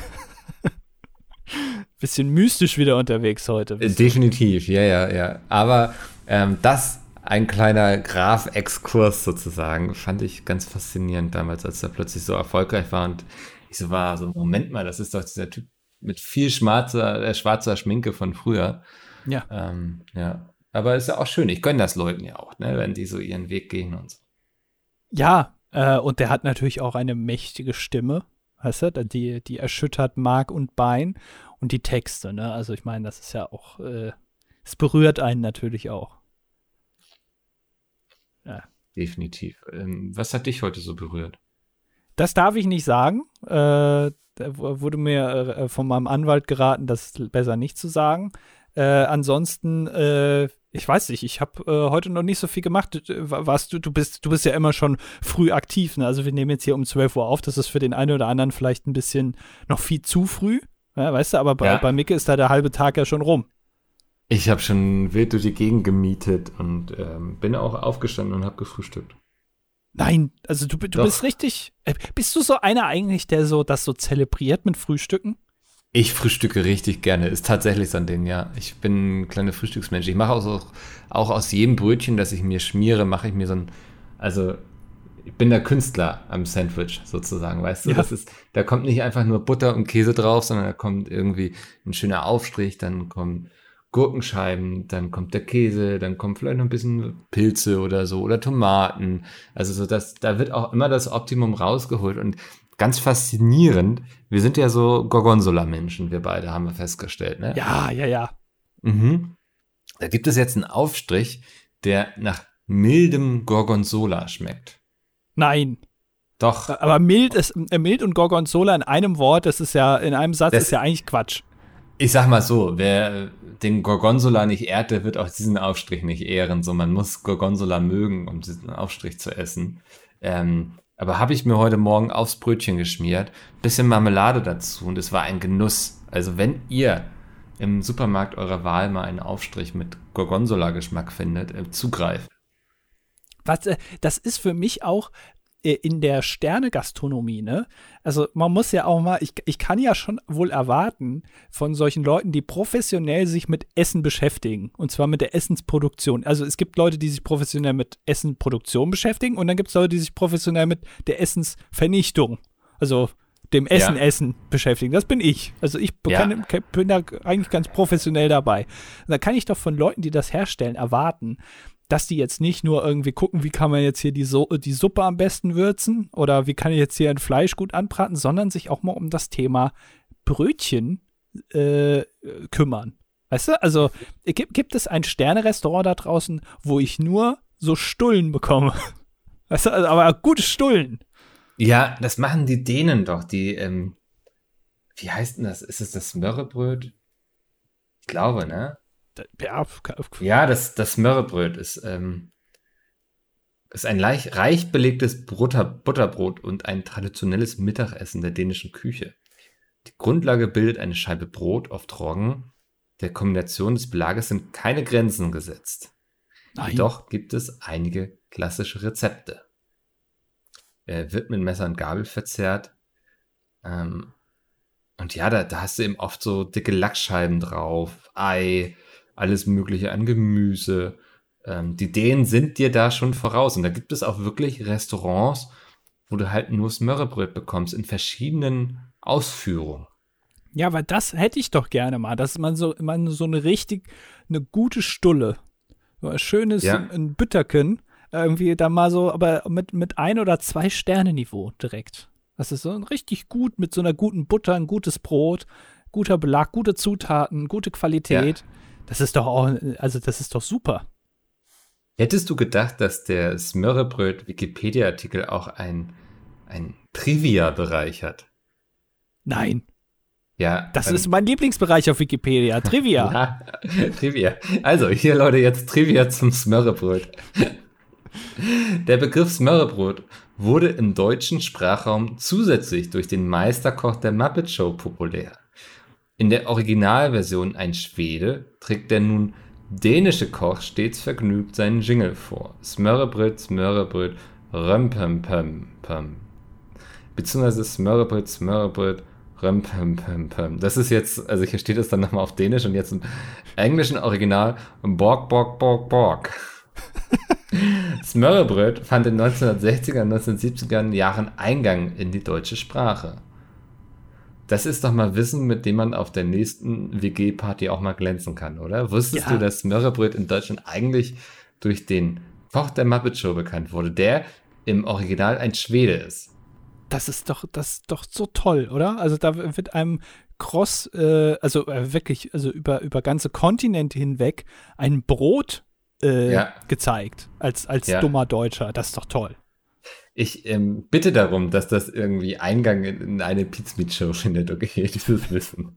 Bisschen mystisch wieder unterwegs heute. Definitiv, ja. Aber das, ein kleiner Graf-Exkurs sozusagen, fand ich ganz faszinierend damals, als er plötzlich so erfolgreich war und ich so war, so Moment mal, das ist doch dieser Typ mit viel schwarzer Schminke von früher. Ja. Ja. Aber ist ja auch schön. Ich gönne das Leuten ja auch, ne, wenn die so ihren Weg gehen und so. Ja, und der hat natürlich auch eine mächtige Stimme, weißt du, die erschüttert Mark und Bein und die Texte, ne? Also ich meine, das ist ja auch, es berührt einen natürlich auch. Ja. Definitiv. Was hat dich heute so berührt? Das darf ich nicht sagen. Da wurde mir von meinem Anwalt geraten, das besser nicht zu sagen. Ansonsten, ich weiß nicht, ich habe heute noch nicht so viel gemacht. Du bist ja immer schon früh aktiv, ne? Also wir nehmen jetzt hier um 12 Uhr auf. Das ist für den einen oder anderen vielleicht ein bisschen noch viel zu früh. Ja, weißt du, aber bei Micke ist da der halbe Tag ja schon rum. Ich habe schon wild durch die Gegend gemietet und bin auch aufgestanden und habe gefrühstückt. Nein, also du bist richtig. Bist du so einer eigentlich, der so das so zelebriert mit Frühstücken? Ich frühstücke richtig gerne. Ist tatsächlich so ein Ding, ja. Ich bin ein kleiner Frühstücksmensch. Ich mache auch aus jedem Brötchen, das ich mir schmiere, mache ich mir so ein, also ich bin der Künstler am Sandwich sozusagen, weißt du? Ja. Da kommt nicht einfach nur Butter und Käse drauf, sondern da kommt irgendwie ein schöner Aufstrich, dann kommen Gurkenscheiben, dann kommt der Käse, dann kommt vielleicht noch ein bisschen Pilze oder so oder Tomaten. Also so da wird auch immer das Optimum rausgeholt und ganz faszinierend. Wir sind ja so Gorgonzola-Menschen, wir beide, haben wir festgestellt, ne? Ja. Mhm. Da gibt es jetzt einen Aufstrich, der nach mildem Gorgonzola schmeckt. Nein. Doch. Aber mild und Gorgonzola in einem Wort, das ist ja, in einem Satz, ist ja eigentlich Quatsch. Ich sag mal so, wer den Gorgonzola nicht ehrt, der wird auch diesen Aufstrich nicht ehren. So, man muss Gorgonzola mögen, um diesen Aufstrich zu essen. Aber habe ich mir heute Morgen aufs Brötchen geschmiert, bisschen Marmelade dazu und es war ein Genuss. Also wenn ihr im Supermarkt eurer Wahl mal einen Aufstrich mit Gorgonzola-Geschmack findet, zugreifen. Das ist für mich auch in der Sterne-Gastronomie, ne? Also man muss ja auch mal, ich kann ja schon wohl erwarten von solchen Leuten, die professionell sich mit Essen beschäftigen, und zwar mit der Essensproduktion. Also es gibt Leute, die sich professionell mit Essenproduktion beschäftigen und dann gibt es Leute, die sich professionell mit der Essensvernichtung, also dem Essen beschäftigen. Das bin ich. Also ich bin da eigentlich ganz professionell dabei. Und da kann ich doch von Leuten, die das herstellen, erwarten, dass die jetzt nicht nur irgendwie gucken, wie kann man jetzt hier die Suppe am besten würzen oder wie kann ich jetzt hier ein Fleisch gut anbraten, sondern sich auch mal um das Thema Brötchen kümmern. Weißt du, also gibt es ein Sterne-Restaurant da draußen, wo ich nur so Stullen bekomme? Weißt du, also, aber gute Stullen. Ja, das machen die Dänen doch, die, wie heißt denn das? Ist es das Smørrebrød? Ich glaube, ne? Ja, das Smørrebrød ist ein reich belegtes Butterbrot und ein traditionelles Mittagessen der dänischen Küche. Die Grundlage bildet eine Scheibe Brot, oft Roggen. Der Kombination des Belages sind keine Grenzen gesetzt. Nein. Jedoch gibt es einige klassische Rezepte. Wird mit Messer und Gabel verzehrt. Und ja, da hast du eben oft so dicke Lachsscheiben drauf, Ei, alles Mögliche an Gemüse. Die Dänen sind dir da schon voraus. Und da gibt es auch wirklich Restaurants, wo du halt nur Smørrebrød bekommst in verschiedenen Ausführungen. Ja, aber das hätte ich doch gerne mal, dass man so eine gute Stulle, so ein schönes ein Bütterken, irgendwie dann mal so, aber mit 1 oder 2 Sterne-Niveau direkt. Das ist so richtig gut, mit so einer guten Butter, ein gutes Brot, guter Belag, gute Zutaten, gute Qualität. Ja. Das ist doch super. Hättest du gedacht, dass der Smørrebrød Wikipedia-Artikel auch ein Trivia-Bereich hat? Nein. Ja. Das ist mein Lieblingsbereich auf Wikipedia, Trivia. Ja, Trivia. Also, hier Leute, jetzt Trivia zum Smørrebrød. Der Begriff Smørrebrød wurde im deutschen Sprachraum zusätzlich durch den Meisterkoch der Muppet Show populär. In der Originalversion ein Schwede trägt der nun dänische Koch stets vergnügt seinen Jingle vor. Smørrebrød, Smørrebrød, römpömpömpöm. Beziehungsweise Smørrebrød, Smørrebrød, römpömpömpöm. Das ist jetzt, also hier steht es dann nochmal auf Dänisch und jetzt im englischen Original Borg, Borg, Borg, Borg. Smørrebrød fand in 1960er und 1970er Jahren Eingang in die deutsche Sprache. das ist doch mal Wissen, mit dem man auf der nächsten WG-Party auch mal glänzen kann, oder? Wusstest du, dass Smørrebrød in Deutschland eigentlich durch den Koch der Muppet Show bekannt wurde, der im Original ein Schwede ist? Das ist doch so toll, oder? Also da wird einem wirklich, also über ganze Kontinente hinweg ein Brot gezeigt, als dummer Deutscher. Das ist doch toll. Ich bitte darum, dass das irgendwie Eingang in eine Pizmeet-Show findet, okay, dieses Wissen.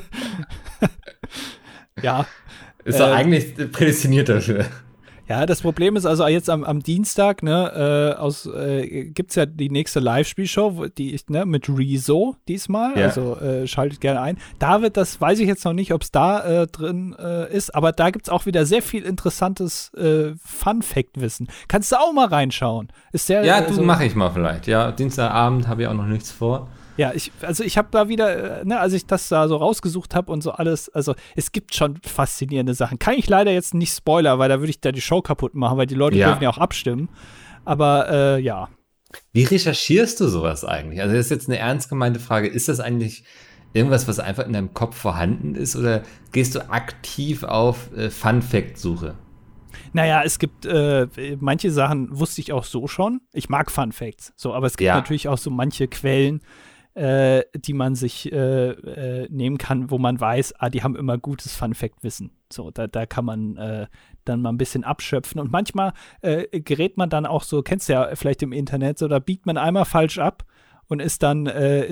Ja. Ist doch eigentlich prädestiniert dafür. Ja, das Problem ist also jetzt am Dienstag, gibt's ja die nächste Live-Spielshow, mit Rezo diesmal, also schaltet gerne ein. Da wird das, weiß ich jetzt noch nicht, ob es da drin ist, aber da gibt's auch wieder sehr viel interessantes Fun-Fact-Wissen. Kannst du auch mal reinschauen. Mache ich mal vielleicht. Ja, Dienstagabend habe ich auch noch nichts vor. Ja, ich habe da wieder, als ich das da so rausgesucht habe und so alles, also es gibt schon faszinierende Sachen. Kann ich leider jetzt nicht spoilern, weil da würde ich da die Show kaputt machen, weil die Leute dürfen ja auch abstimmen. Aber ja. Wie recherchierst du sowas eigentlich? Also das ist jetzt eine ernst gemeinte Frage. Ist das eigentlich irgendwas, was einfach in deinem Kopf vorhanden ist, oder gehst du aktiv auf Fun-Fact-Suche? Naja, es gibt manche Sachen wusste ich auch so schon. Ich mag Fun Facts, so, aber es gibt natürlich auch so manche Quellen, die man sich nehmen kann, wo man weiß, die haben immer gutes Fun-Fact-Wissen. So, da kann man dann mal ein bisschen abschöpfen. Und manchmal gerät man dann auch so, kennst du ja vielleicht im Internet, so, da biegt man einmal falsch ab und ist dann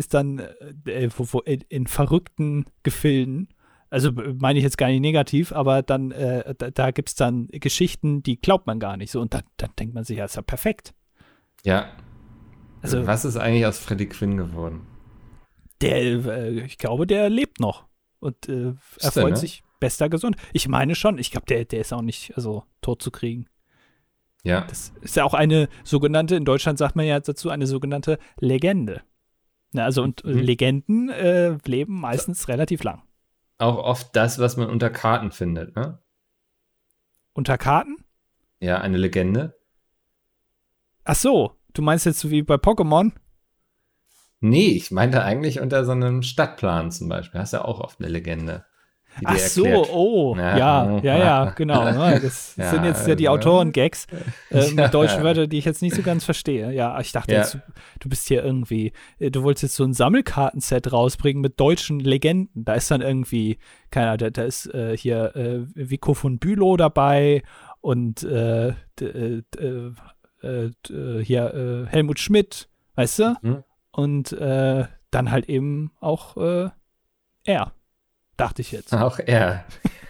in verrückten Gefilden. Also meine ich jetzt gar nicht negativ, aber dann da gibt es dann Geschichten, die glaubt man gar nicht so. Und dann denkt man sich, ja, ist ja perfekt. Ja. Also, was ist eigentlich aus Freddie Quinn geworden? Ich glaube, der lebt noch und erfreut sich bester Gesund. Ich meine schon, ich glaube, der ist auch nicht tot zu kriegen. Ja. Das ist ja auch eine sogenannte, in Deutschland sagt man ja dazu, eine sogenannte Legende. Legenden leben meistens relativ lang. Auch oft das, was man unter Karten findet, ne? Unter Karten? Ja, eine Legende. Ach so, du meinst jetzt so wie bei Pokémon? Nee, ich meinte eigentlich unter so einem Stadtplan zum Beispiel. Hast ja auch oft eine Legende. Ach so, ja, genau. Das sind jetzt ja die Autoren-Gags mit deutschen Wörtern, die ich jetzt nicht so ganz verstehe. Ja, ich dachte jetzt, du bist hier irgendwie, du wolltest jetzt so ein Sammelkartenset rausbringen mit deutschen Legenden. Da ist dann irgendwie, keine Ahnung, da ist hier Vico von Bülow dabei und hier Helmut Schmidt, weißt du? Mhm. Und dann halt eben auch er. Dachte ich jetzt. Auch er.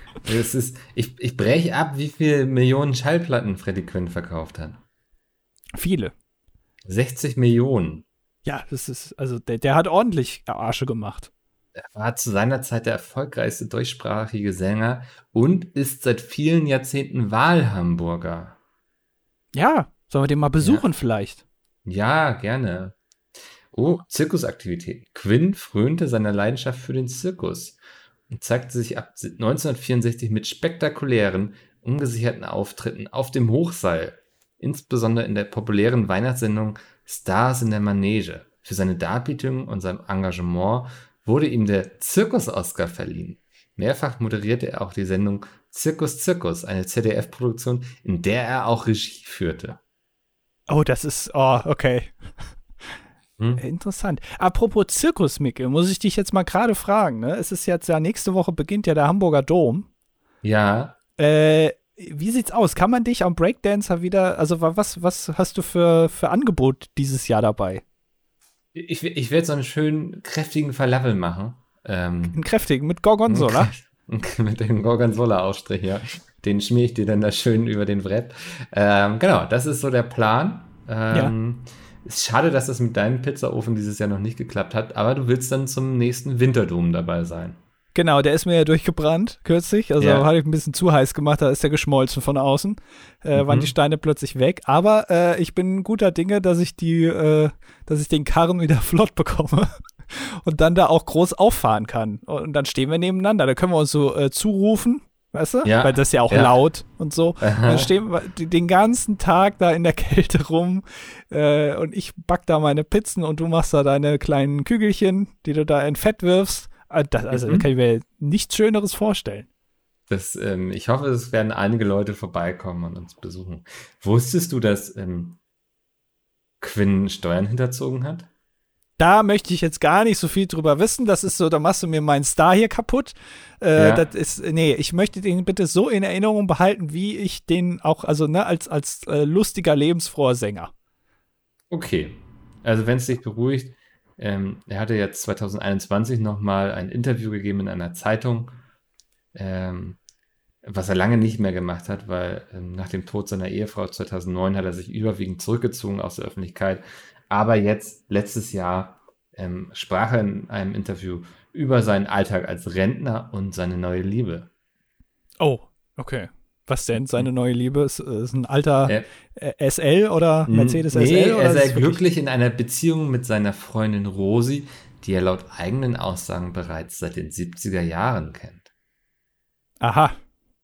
Ich breche ab, wie viele Millionen Schallplatten Freddie Quinn verkauft hat. Viele. 60 Millionen. Ja, das ist, also der hat ordentlich Arsche gemacht. Er war zu seiner Zeit der erfolgreichste deutschsprachige Sänger und ist seit vielen Jahrzehnten Wahlhamburger. Ja, sollen wir den mal besuchen vielleicht? Ja, gerne. Oh, Zirkusaktivitäten. Quinn frönte seiner Leidenschaft für den Zirkus und zeigte sich ab 1964 mit spektakulären, ungesicherten Auftritten auf dem Hochseil, insbesondere in der populären Weihnachtssendung Stars in der Manege. Für seine Darbietung und sein Engagement wurde ihm der Zirkus-Oscar verliehen. Mehrfach moderierte er auch die Sendung Zirkus Zirkus, eine ZDF-Produktion, in der er auch Regie führte. Oh, okay. Interessant. Apropos Zirkus, Micke, muss ich dich jetzt mal gerade fragen, ne? Es ist jetzt ja, nächste Woche beginnt ja der Hamburger Dom. Ja. Wie sieht's aus? Kann man dich am Breakdancer wieder, also was hast du für Angebot dieses Jahr dabei? Ich werde so einen schönen, kräftigen Falafel machen. Einen kräftigen, mit Gorgonzola? Mit dem Gorgonzola-Aufstrich, ja. Den schmier ich dir dann da schön über den Brett. Genau, das ist so der Plan. Ist schade, dass das mit deinem Pizzaofen dieses Jahr noch nicht geklappt hat, aber du willst dann zum nächsten Winterdom dabei sein. Genau, der ist mir ja durchgebrannt kürzlich, also hatte ich ein bisschen zu heiß gemacht, da ist der geschmolzen von außen, waren die Steine plötzlich weg, aber ich bin guter Dinge, dass ich den Karren wieder flott bekomme und dann da auch groß auffahren kann und dann stehen wir nebeneinander, da können wir uns so zurufen weißt du? Ja, Weil das ist ja auch ja. laut und so. Und dann stehen wir den ganzen Tag da in der Kälte rum und ich back da meine Pizzen und du machst da deine kleinen Kügelchen, die du da in Fett wirfst. Also da kann ich mir nichts Schöneres vorstellen. Ich hoffe, es werden einige Leute vorbeikommen und uns besuchen. Wusstest du, dass Quinn Steuern hinterzogen hat? Da möchte ich jetzt gar nicht so viel drüber wissen. Das ist so, da machst du mir meinen Star hier kaputt. Ja. Nee, ich möchte den bitte so in Erinnerung behalten, wie ich den auch, also ne, als lustiger, lebensfroher Sänger. Okay. Also wenn es dich beruhigt, er hatte jetzt 2021 nochmal ein Interview gegeben in einer Zeitung, was er lange nicht mehr gemacht hat, weil nach dem Tod seiner Ehefrau 2009 hat er sich überwiegend zurückgezogen aus der Öffentlichkeit. Aber jetzt, letztes Jahr, sprach er in einem Interview über seinen Alltag als Rentner und seine neue Liebe. Oh, okay. Was denn? Seine neue Liebe? Ist ein alter SL oder Mercedes Nee, SL? Oder er sei ist wirklich glücklich in einer Beziehung mit seiner Freundin Rosi, die er laut eigenen Aussagen bereits seit den 70er Jahren kennt. Aha.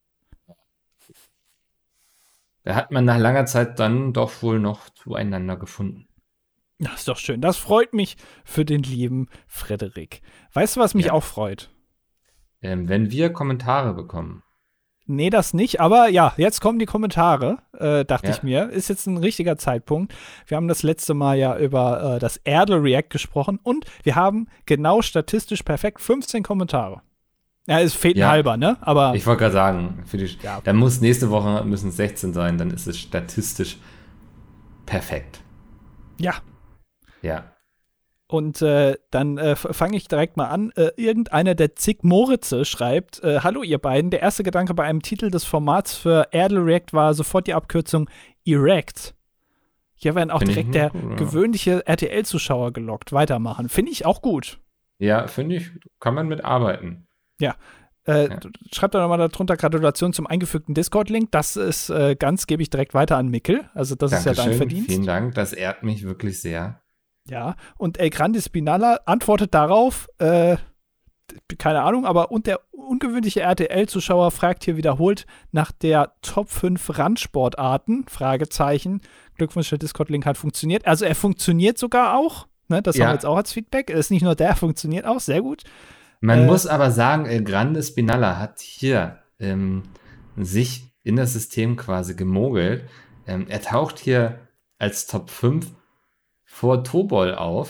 Da hat man nach langer Zeit dann doch wohl noch zueinander gefunden. Das ist doch schön. Das freut mich für den lieben Frederik. Weißt du, was mich Ja. auch freut? Wenn wir Kommentare bekommen. Nee, das nicht, aber ja, jetzt kommen die Kommentare, dachte Ja. ich mir. Ist jetzt ein richtiger Zeitpunkt. Wir haben das letzte Mal ja über das Erdl React gesprochen und wir haben genau statistisch perfekt 15 Kommentare. Ja, es fehlt ein Ja. halber, ne? Aber Ich wollte gerade sagen, Ja. dann muss nächste Woche müssen es 16 sein, dann ist es statistisch perfekt. ja. Ja. Und dann fange ich direkt mal an. Irgendeiner der zig Moritze schreibt: Hallo, ihr beiden. Der erste Gedanke bei einem Titel des Formats für Erdl React war sofort die Abkürzung Erect. Hier werden auch Find ich direkt nicht der gut, ja. gewöhnliche RTL-Zuschauer gelockt. Weitermachen. Finde ich auch gut. Ja, finde ich, kann man mit arbeiten. Schreibt doch nochmal darunter Gratulation zum eingefügten Discord-Link. Das ist gebe ich direkt weiter an Mikkel. Also, das ist ja dein Dankeschön, Verdienst. vielen Dank, das ehrt mich wirklich sehr. Ja, und El Grande Spinalla antwortet darauf, keine Ahnung, aber und der ungewöhnliche RTL-Zuschauer fragt hier wiederholt nach der Top 5 Randsportarten, Fragezeichen. Glückwunsch, der Discord-Link hat funktioniert. Also er funktioniert sogar auch, ne? Das haben wir jetzt auch als Feedback. Er ist nicht nur der, er funktioniert auch, sehr gut. Man muss aber sagen, El Grande Spinalla hat hier sich in das System quasi gemogelt. Er taucht hier als Top 5 vor Tobol auf,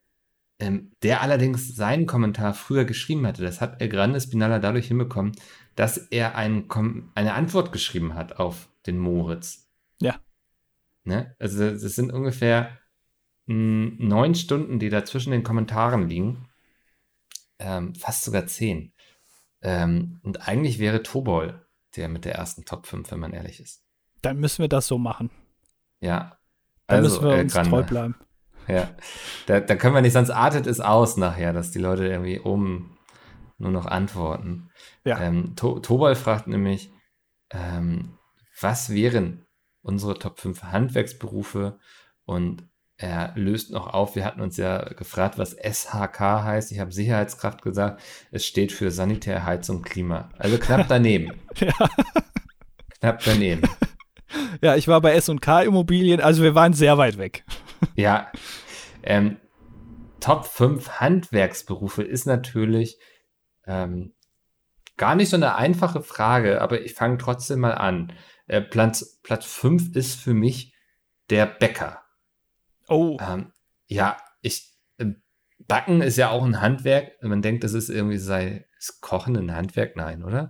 der allerdings seinen Kommentar früher geschrieben hatte. Das hat El Grande Spinalla dadurch hinbekommen, dass er eine Antwort geschrieben hat auf den Moritz. Ja. Ne? Also das sind ungefähr 9 Stunden, die da zwischen den Kommentaren liegen. Fast sogar 10. Und eigentlich wäre Tobol der mit der ersten Top 5, wenn man ehrlich ist. Dann müssen wir das so machen. Ja. Dann Also, müssen wir uns Grande. treu bleiben. Ja. Da können wir nicht, sonst artet es aus nachher, dass die Leute irgendwie oben nur noch antworten. Ja. Tobol fragt nämlich, was wären unsere Top 5 Handwerksberufe? Und er löst noch auf, wir hatten uns ja gefragt, was SHK heißt. Ich habe Sicherheitskraft gesagt. Es steht für Sanitär, Heizung, Klima. Also knapp daneben. Ja. Knapp daneben. Ja, ich war bei S&K Immobilien, also wir waren sehr weit weg. Ja. Top 5 Handwerksberufe ist natürlich gar nicht so eine einfache Frage, aber ich fange trotzdem mal an. Platz 5 ist für mich der Bäcker. Oh. Ja, Backen ist ja auch ein Handwerk. Man denkt, das ist irgendwie ist Kochen ein Handwerk? Nein, oder?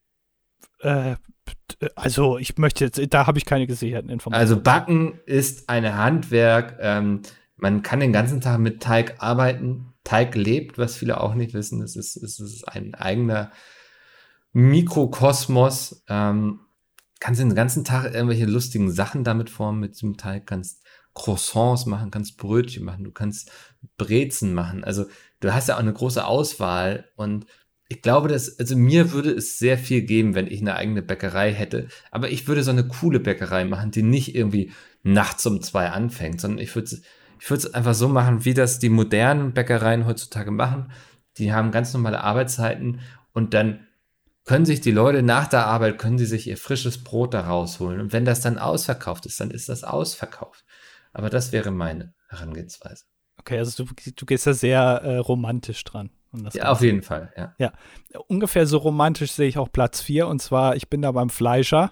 Also ich möchte jetzt, da habe ich keine gesicherten Informationen. Also Backen ist ein Handwerk. Man kann den ganzen Tag mit Teig arbeiten. Teig lebt, was viele auch nicht wissen. Es ist ein eigener Mikrokosmos. Kannst den ganzen Tag irgendwelche lustigen Sachen damit formen mit dem Teig. Kannst Croissants machen, kannst Brötchen machen, du kannst Brezen machen. Also du hast ja auch eine große Auswahl und ich glaube, also mir würde es sehr viel geben, wenn ich eine eigene Bäckerei hätte. Aber ich würde so eine coole Bäckerei machen, die nicht irgendwie nachts um 2 anfängt, sondern ich würde es einfach so machen, wie das die modernen Bäckereien heutzutage machen. Die haben ganz normale Arbeitszeiten und dann können sich die Leute nach der Arbeit, können sie sich ihr frisches Brot da rausholen. Und wenn das dann ausverkauft ist, dann ist das ausverkauft. Aber das wäre meine Herangehensweise. Okay, also du gehst da sehr romantisch dran. Ja, auf jeden Fall, ja. Ja, ungefähr so romantisch sehe ich auch Platz 4. Und zwar, ich bin da beim Fleischer.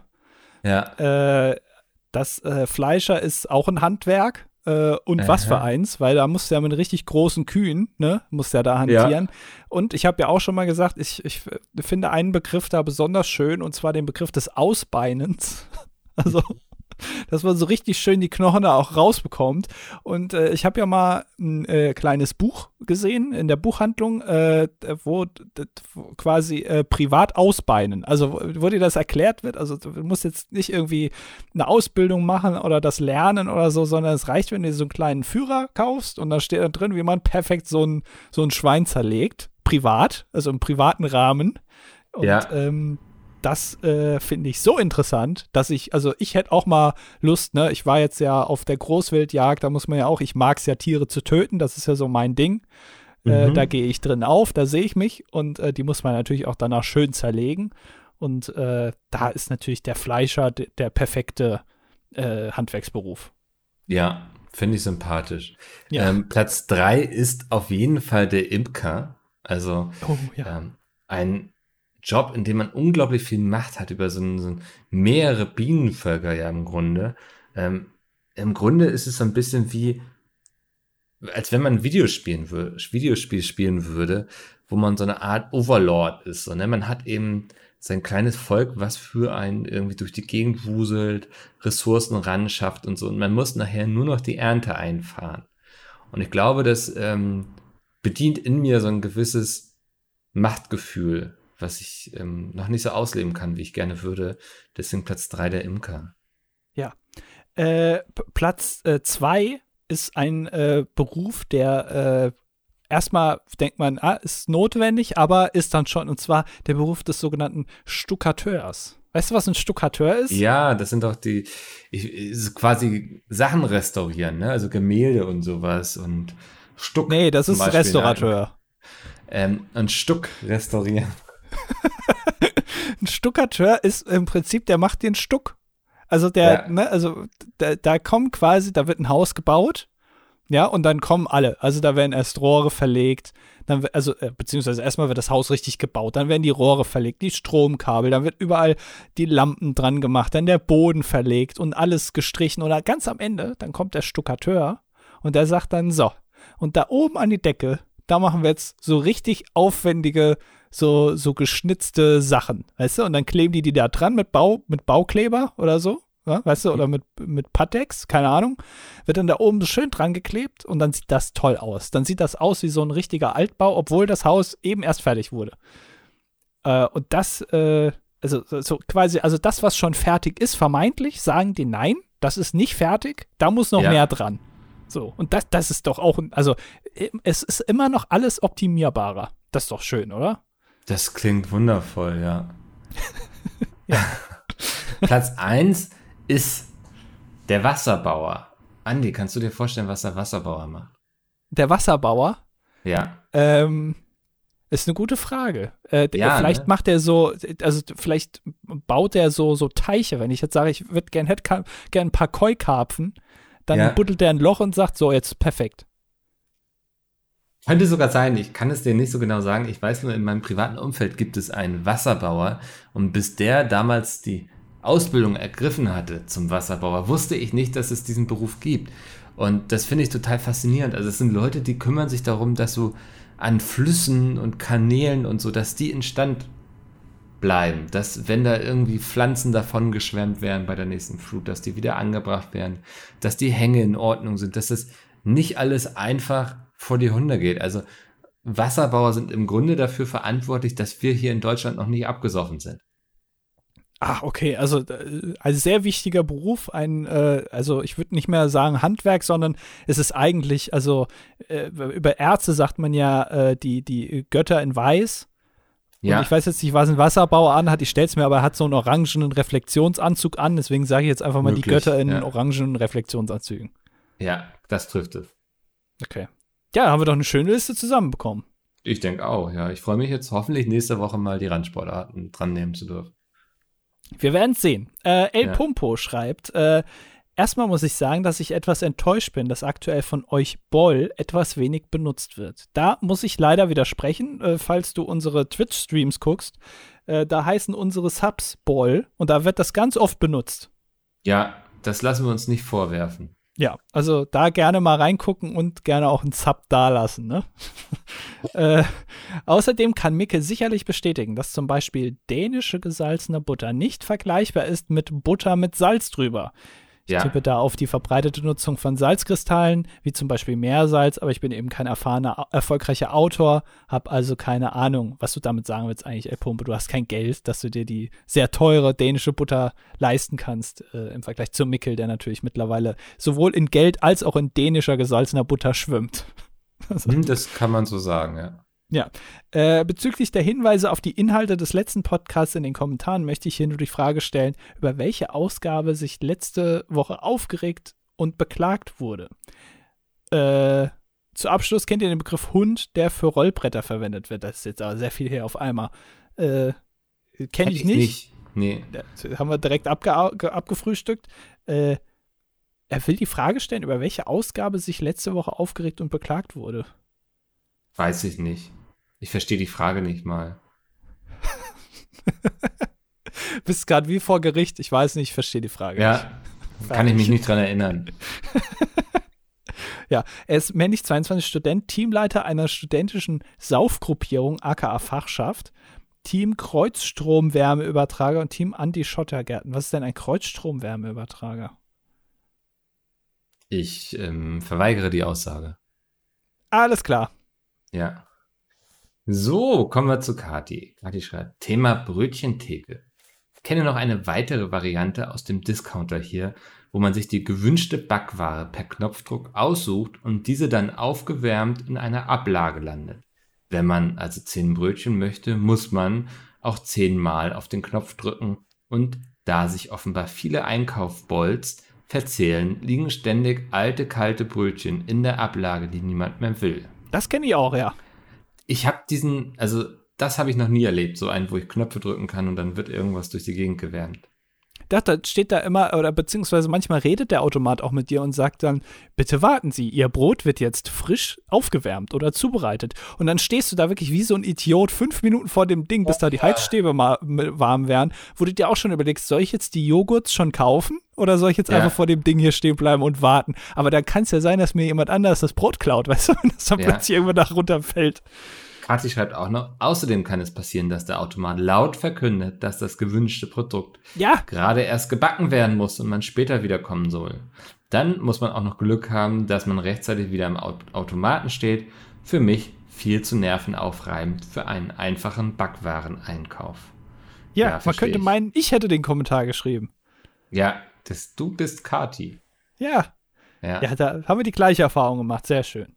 Ja. Das Fleischer ist auch ein Handwerk. Und was für eins, weil da musst du ja mit richtig großen Kühen, ne, musst ja da hantieren. Ja. Und ich habe ja auch schon mal gesagt, ich finde einen Begriff da besonders schön, und zwar den Begriff des Ausbeinens. Also, dass man so richtig schön die Knochen da auch rausbekommt. Und ich habe ja mal ein kleines Buch gesehen in der Buchhandlung, wo quasi privat ausbeinen. Also wo dir das erklärt wird. Also du musst jetzt nicht irgendwie eine Ausbildung machen oder das lernen oder so, sondern es reicht, wenn du so einen kleinen Führer kaufst und da steht da drin, wie man perfekt so ein Schwein zerlegt. Privat, also im privaten Rahmen. Und ja. Das finde ich so interessant, dass ich hätte auch mal Lust, ne, ich war jetzt ja auf der Großwildjagd, da muss man ja auch, ich mag es ja, Tiere zu töten, das ist ja so mein Ding. Da gehe ich drin auf, da sehe ich mich, und die muss man natürlich auch danach schön zerlegen. Und da ist natürlich der Fleischer der perfekte Handwerksberuf. Ja, finde ich sympathisch. Ja. Platz 3 ist auf jeden Fall der Imker. Also ein Job, in dem man unglaublich viel Macht hat über so mehrere Bienenvölker ja im Grunde. Im Grunde ist es so ein bisschen wie, als wenn man ein Videospiel spielen würde, wo man so eine Art Overlord ist. So, ne? Man hat eben sein kleines Volk, was für einen irgendwie durch die Gegend wuselt, Ressourcen ran schafft und so. Und man muss nachher nur noch die Ernte einfahren. Und ich glaube, das bedient in mir so ein gewisses Machtgefühl, was ich noch nicht so ausleben kann, wie ich gerne würde. Deswegen Platz 3 der Imker. Ja. Platz 2 ist ein Beruf, der erstmal denkt man, ist notwendig, aber ist dann schon, und zwar der Beruf des sogenannten Stuckateurs. Weißt du, was ein Stuckateur ist? Ja, das sind doch quasi Sachen restaurieren, ne? Also Gemälde und sowas und Stuck. Nee, das ist Restaurateur. Und Stuck restaurieren. Ein Stuckateur ist im Prinzip, der macht den Stuck. Also da kommt quasi, da wird ein Haus gebaut, ja, und dann kommen alle. Also da werden erst Rohre verlegt, dann beziehungsweise erstmal wird das Haus richtig gebaut, dann werden die Rohre verlegt, die Stromkabel, dann wird überall die Lampen dran gemacht, dann der Boden verlegt und alles gestrichen, oder ganz am Ende, dann kommt der Stuckateur und der sagt dann, so, und da oben an die Decke, da machen wir jetzt so richtig aufwendige, so geschnitzte Sachen, weißt du? Und dann kleben die da dran mit Baukleber oder so, ja, weißt du? Oder mit Pattex, keine Ahnung. Wird dann da oben so schön dran geklebt und dann sieht das toll aus. Dann sieht das aus wie so ein richtiger Altbau, obwohl das Haus eben erst fertig wurde. Und das, so quasi, also das, was schon fertig ist, vermeintlich, sagen die, nein, das ist nicht fertig, da muss noch mehr dran. So, und das ist doch auch, also es ist immer noch alles optimierbarer. Das ist doch schön, oder? Das klingt wundervoll, ja. Ja. Platz 1 ist der Wasserbauer. Andi, kannst du dir vorstellen, was der Wasserbauer macht? Der Wasserbauer? Ja. Ist eine gute Frage. Vielleicht macht er so, also vielleicht baut er so Teiche. Wenn ich jetzt sage, ich hätte gern ein paar Koi-Karpfen, dann buddelt er ein Loch und sagt, so, jetzt perfekt. Könnte sogar sein, ich kann es dir nicht so genau sagen. Ich weiß nur, in meinem privaten Umfeld gibt es einen Wasserbauer. Und bis der damals die Ausbildung ergriffen hatte zum Wasserbauer, wusste ich nicht, dass es diesen Beruf gibt. Und das finde ich total faszinierend. Also es sind Leute, die kümmern sich darum, dass so an Flüssen und Kanälen und so, dass die instand bleiben. Dass, wenn da irgendwie Pflanzen davon geschwemmt werden bei der nächsten Flut, dass die wieder angebracht werden, dass die Hänge in Ordnung sind, dass das nicht alles einfach vor die Hunde geht. Also Wasserbauer sind im Grunde dafür verantwortlich, dass wir hier in Deutschland noch nicht abgesoffen sind. Ach, okay, also ein sehr wichtiger Beruf, also ich würde nicht mehr sagen Handwerk, sondern es ist eigentlich, also über Ärzte sagt man ja die Götter in Weiß. Ja. Und ich weiß jetzt nicht, was ein Wasserbauer anhat, ich stelle es mir, aber er hat so einen orangenen Reflexionsanzug an, deswegen sage ich jetzt einfach mal die Götter in orangenen Reflexionsanzügen. Ja, das trifft es. Okay. Ja, haben wir doch eine schöne Liste zusammenbekommen. Ich denke auch, ja. Ich freue mich jetzt hoffentlich nächste Woche mal die Randsportarten dran nehmen zu dürfen. Wir werden es sehen. El Ja. Pumpo schreibt, erstmal muss ich sagen, dass ich etwas enttäuscht bin, dass aktuell von euch Boll etwas wenig benutzt wird. Da muss ich leider widersprechen, falls du unsere Twitch-Streams guckst. Da heißen unsere Subs Boll und da wird das ganz oft benutzt. Ja, das lassen wir uns nicht vorwerfen. Ja, also da gerne mal reingucken und gerne auch einen Sub dalassen, ne? Außerdem kann Micke sicherlich bestätigen, dass zum Beispiel dänische gesalzene Butter nicht vergleichbar ist mit Butter mit Salz drüber. Ich Ja. tippe da auf die verbreitete Nutzung von Salzkristallen, wie zum Beispiel Meersalz, aber ich bin eben kein erfahrener, erfolgreicher Autor, habe also keine Ahnung, was du damit sagen willst eigentlich, El Pumpe. Du hast kein Geld, dass du dir die sehr teure dänische Butter leisten kannst, im Vergleich zu Mikkel, der natürlich mittlerweile sowohl in Geld als auch in dänischer gesalzener Butter schwimmt. Das kann man so sagen, ja. Ja, bezüglich der Hinweise auf die Inhalte des letzten Podcasts in den Kommentaren möchte ich hier nur die Frage stellen, über welche Ausgabe sich letzte Woche aufgeregt und beklagt wurde. Zu Abschluss kennt ihr den Begriff Hund, der für Rollbretter verwendet wird. Das ist jetzt aber sehr viel hier auf einmal. Kenne ich nicht. Nee. Das haben wir direkt abgefrühstückt. Er will die Frage stellen, über welche Ausgabe sich letzte Woche aufgeregt und beklagt wurde. Weiß ich nicht. Ich verstehe die Frage nicht mal. Bist gerade wie vor Gericht. Ich weiß nicht, ich verstehe die Frage nicht. Ja, kann ich mich nicht dran erinnern. Ja, er ist männlich 22 Student, Teamleiter einer studentischen Saufgruppierung, aka Fachschaft, Team Kreuzstromwärmeübertrager und Team Anti-Schottergärten. Was ist denn ein Kreuzstromwärmeübertrager? Ich verweigere die Aussage. Alles klar. Ja. So, kommen wir zu Kati. Kati schreibt, Thema Brötchentheke. Ich kenne noch eine weitere Variante aus dem Discounter hier, wo man sich die gewünschte Backware per Knopfdruck aussucht und diese dann aufgewärmt in einer Ablage landet. Wenn man also 10 Brötchen möchte, muss man auch 10 Mal auf den Knopf drücken und da sich offenbar viele Einkaufbolz verzählen, liegen ständig alte, kalte Brötchen in der Ablage, die niemand mehr will. Das kenne ich auch, ja. Ich habe das habe ich noch nie erlebt, so einen, wo ich Knöpfe drücken kann und dann wird irgendwas durch die Gegend gewärmt. Da steht da immer, oder beziehungsweise manchmal redet der Automat auch mit dir und sagt dann, bitte warten Sie, Ihr Brot wird jetzt frisch aufgewärmt oder zubereitet. Und dann stehst du da wirklich wie so ein Idiot 5 Minuten vor dem Ding, bis da die Heizstäbe mal warm werden, wo du dir auch schon überlegst, soll ich jetzt die Joghurts schon kaufen oder soll ich jetzt einfach vor dem Ding hier stehen bleiben und warten? Aber da kann es ja sein, dass mir jemand anders das Brot klaut, weißt du, wenn das dann plötzlich irgendwann da runterfällt. Kathi schreibt auch noch, außerdem kann es passieren, dass der Automat laut verkündet, dass das gewünschte Produkt gerade erst gebacken werden muss und man später wiederkommen soll. Dann muss man auch noch Glück haben, dass man rechtzeitig wieder im Automaten steht. Für mich viel zu nervenaufreibend für einen einfachen Backwareneinkauf. Ja, man könnte meinen, ich hätte den Kommentar geschrieben. Ja, du bist Kathi. Ja, da haben wir die gleiche Erfahrung gemacht, sehr schön.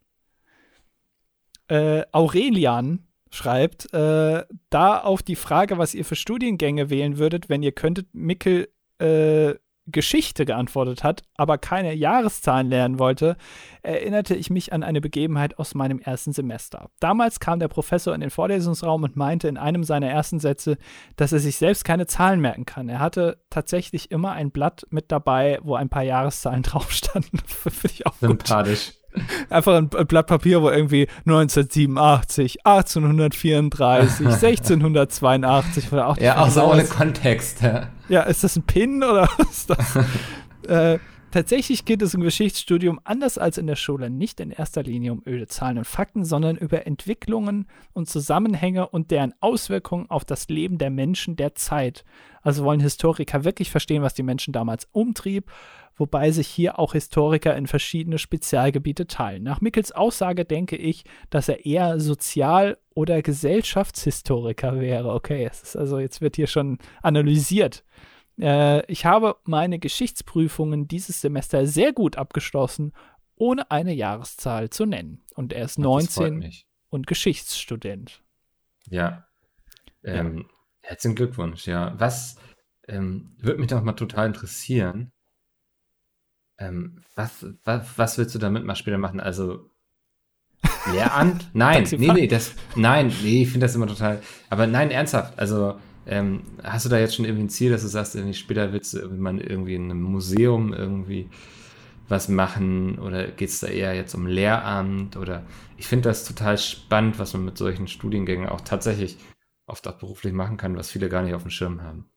Aurelian schreibt, da auf die Frage, was ihr für Studiengänge wählen würdet, wenn ihr könntet, Mikkel Geschichte geantwortet hat, aber keine Jahreszahlen lernen wollte, erinnerte ich mich an eine Begebenheit aus meinem ersten Semester. Damals kam der Professor in den Vorlesungsraum und meinte in einem seiner ersten Sätze, dass er sich selbst keine Zahlen merken kann. Er hatte tatsächlich immer ein Blatt mit dabei, wo ein paar Jahreszahlen drauf standen. Finde ich auch sympathisch. Gut. Einfach ein Blatt Papier, wo irgendwie 1987, 1834, 1682 oder auch. Ja, auch so ohne Kontext. Ja, ist das ein Pin oder was ist das? Tatsächlich geht es im Geschichtsstudium anders als in der Schule nicht in erster Linie um öde Zahlen und Fakten, sondern über Entwicklungen und Zusammenhänge und deren Auswirkungen auf das Leben der Menschen der Zeit. Also wollen Historiker wirklich verstehen, was die Menschen damals umtrieb, wobei sich hier auch Historiker in verschiedene Spezialgebiete teilen. Nach Mickels Aussage denke ich, dass er eher Sozial- oder Gesellschaftshistoriker wäre. Okay, es ist also jetzt wird hier schon analysiert. Ich habe meine Geschichtsprüfungen dieses Semester sehr gut abgeschlossen, ohne eine Jahreszahl zu nennen. Und er ist 19 und Geschichtsstudent. Ja. Herzlichen Glückwunsch, ja. Was würde mich doch mal total interessieren, was willst du damit mal später machen? Also, Lehramt? Nein, nee, ich finde das immer total, aber nein, ernsthaft, also hast du da jetzt schon irgendwie ein Ziel, dass du sagst, irgendwie später willst du man irgendwie in einem Museum irgendwie was machen oder geht es da eher jetzt um Lehramt oder ich finde das total spannend, was man mit solchen Studiengängen auch tatsächlich oft auch beruflich machen kann, was viele gar nicht auf dem Schirm haben.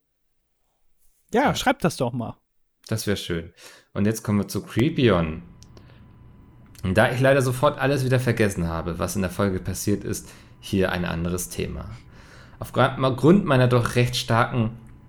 Ja, schreib das doch mal. Das wäre schön. Und jetzt kommen wir zu Creepion. Und da ich leider sofort alles wieder vergessen habe, was in der Folge passiert ist, hier ein anderes Thema. Aufgrund meiner doch recht starken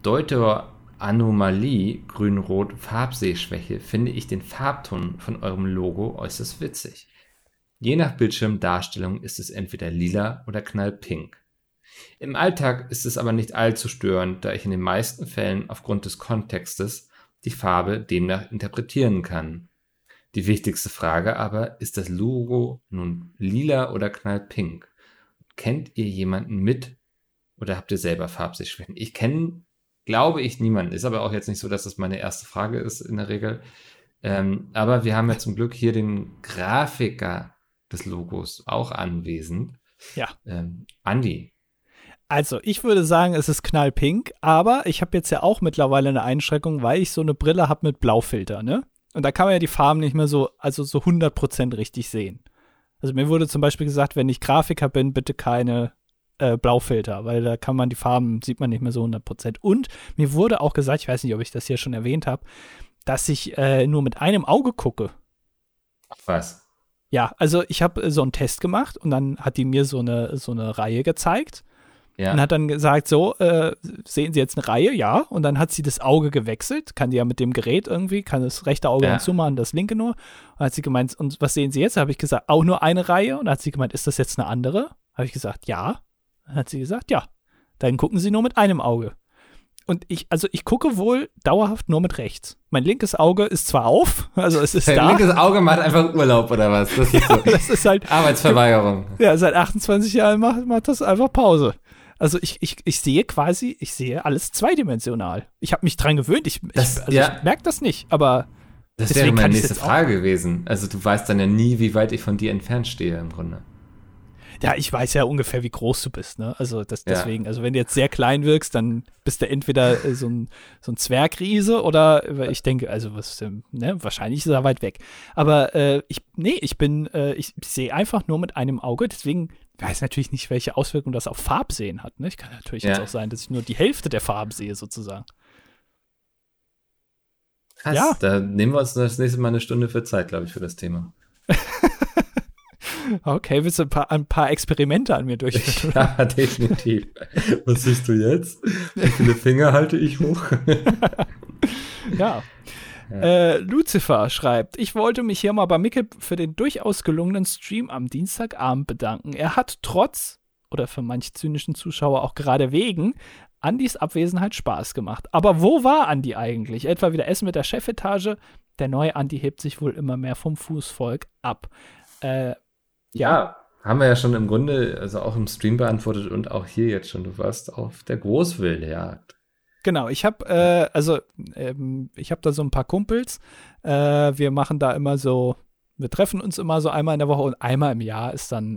Deuteranomalie Grün-Rot-Farbsehschwäche finde ich den Farbton von eurem Logo äußerst witzig. Je nach Bildschirmdarstellung ist es entweder lila oder knallpink. Im Alltag ist es aber nicht allzu störend, da ich in den meisten Fällen aufgrund des Kontextes die Farbe demnach interpretieren kann. Die wichtigste Frage aber, ist das Logo nun lila oder knallpink? Kennt ihr jemanden mit oder habt ihr selber Farbsehschwächen? Ich kenne, glaube ich, niemanden. Ist aber auch jetzt nicht so, dass das meine erste Frage ist in der Regel. Aber wir haben ja zum Glück hier den Grafiker des Logos auch anwesend. Ja. Andi. Also, ich würde sagen, es ist knallpink, aber ich habe jetzt ja auch mittlerweile eine Einschränkung, weil ich so eine Brille habe mit Blaufilter, ne? Und da kann man ja die Farben nicht mehr so 100% richtig sehen. Also mir wurde zum Beispiel gesagt, wenn ich Grafiker bin, bitte keine Blaufilter, weil da kann man die Farben, sieht man nicht mehr so 100%. Und mir wurde auch gesagt, ich weiß nicht, ob ich das hier schon erwähnt habe, dass ich nur mit einem Auge gucke. Ach was? Ja, also ich habe so einen Test gemacht und dann hat die mir so eine Reihe gezeigt. Ja. Und hat dann gesagt, so, sehen Sie jetzt eine Reihe? Ja. Und dann hat sie das Auge gewechselt, kann die ja mit dem Gerät irgendwie, kann das rechte Auge dann zumachen, das linke nur. Und hat sie gemeint, und was sehen Sie jetzt? Da habe ich gesagt, auch nur eine Reihe. Und dann hat sie gemeint, ist das jetzt eine andere? Habe ich gesagt, ja. Dann hat sie gesagt, ja. Dann gucken Sie nur mit einem Auge. Und ich gucke wohl dauerhaft nur mit rechts. Mein linkes Auge ist zwar auf, also es ist da. Dein linkes Auge macht einfach Urlaub oder was? Das ist, so. Das ist halt Arbeitsverweigerung. Ja, seit 28 Jahren macht das einfach Pause. Also ich sehe alles zweidimensional. Ich habe mich dran gewöhnt. Ich merke das nicht, aber das wäre meine nächste Frage gewesen. Also du weißt dann ja nie, wie weit ich von dir entfernt stehe im Grunde. Ja, ich weiß ja ungefähr, wie groß du bist, ne? Also deswegen, also wenn du jetzt sehr klein wirkst, dann bist du entweder so ein Zwergriese oder ich denke, also wahrscheinlich ist er weit weg. Aber ich sehe einfach nur mit einem Auge, deswegen weiß natürlich nicht, welche Auswirkungen das auf Farbsehen hat, ne? Ich kann natürlich jetzt auch sein, dass ich nur die Hälfte der Farben sehe, sozusagen. Krass, da nehmen wir uns das nächste Mal eine Stunde für Zeit, glaube ich, für das Thema. Okay, willst du ein paar Experimente an mir durchführen? Ja, definitiv. Was siehst du jetzt? Wie viele Finger halte ich hoch? Ja. Lucifer schreibt, ich wollte mich hier mal bei Mikkel für den durchaus gelungenen Stream am Dienstagabend bedanken. Er hat trotz, oder für manche zynischen Zuschauer auch gerade wegen, Andis Abwesenheit Spaß gemacht. Aber wo war Andi eigentlich? Etwa wieder Essen mit der Chefetage? Der neue Andi hebt sich wohl immer mehr vom Fußvolk ab. Ja, haben wir ja schon im Grunde, also auch im Stream beantwortet und auch hier jetzt schon. Du warst auf der Großwildjagd. Genau, ich habe da so ein paar Kumpels. Wir machen da immer so, wir treffen uns immer so einmal in der Woche und einmal im Jahr ist dann,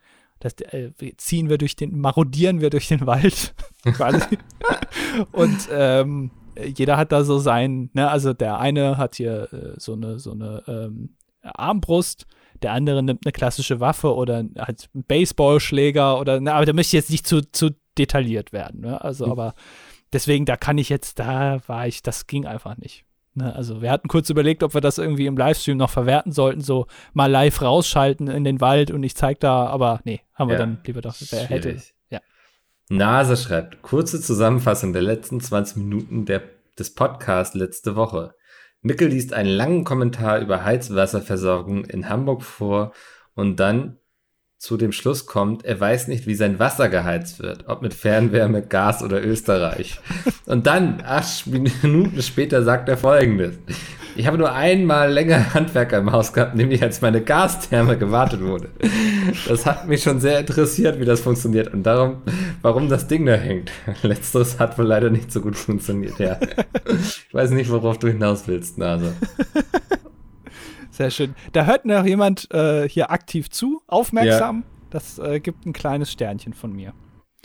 marodieren wir durch den Wald quasi. Und jeder hat da so sein, ne, also der eine hat hier so eine Armbrust, der andere nimmt eine klassische Waffe oder halt einen Baseballschläger oder, aber da möchte ich jetzt nicht zu detailliert werden, ne? Also, aber deswegen, das ging einfach nicht. Ne? Also wir hatten kurz überlegt, ob wir das irgendwie im Livestream noch verwerten sollten, so mal live rausschalten in den Wald und ich zeig da, aber nee, haben wir dann lieber doch, wer hätte. Ja. Nase schreibt, kurze Zusammenfassung der letzten 20 Minuten des Podcasts letzte Woche. Mikkel liest einen langen Kommentar über Heizwasserversorgung in Hamburg vor und dann zu dem Schluss kommt, er weiß nicht, wie sein Wasser geheizt wird, ob mit Fernwärme, Gas oder Österreich. Und dann, 8 Minuten später, sagt er Folgendes. Ich habe nur einmal länger Handwerker im Haus gehabt, nämlich als meine Gastherme gewartet wurde. Das hat mich schon sehr interessiert, wie das funktioniert und warum das Ding da hängt. Letzteres hat wohl leider nicht so gut funktioniert, ja. Ich weiß nicht, worauf du hinaus willst, Nase. Sehr schön. Da hört noch jemand hier aktiv zu, aufmerksam. Ja. Das gibt ein kleines Sternchen von mir.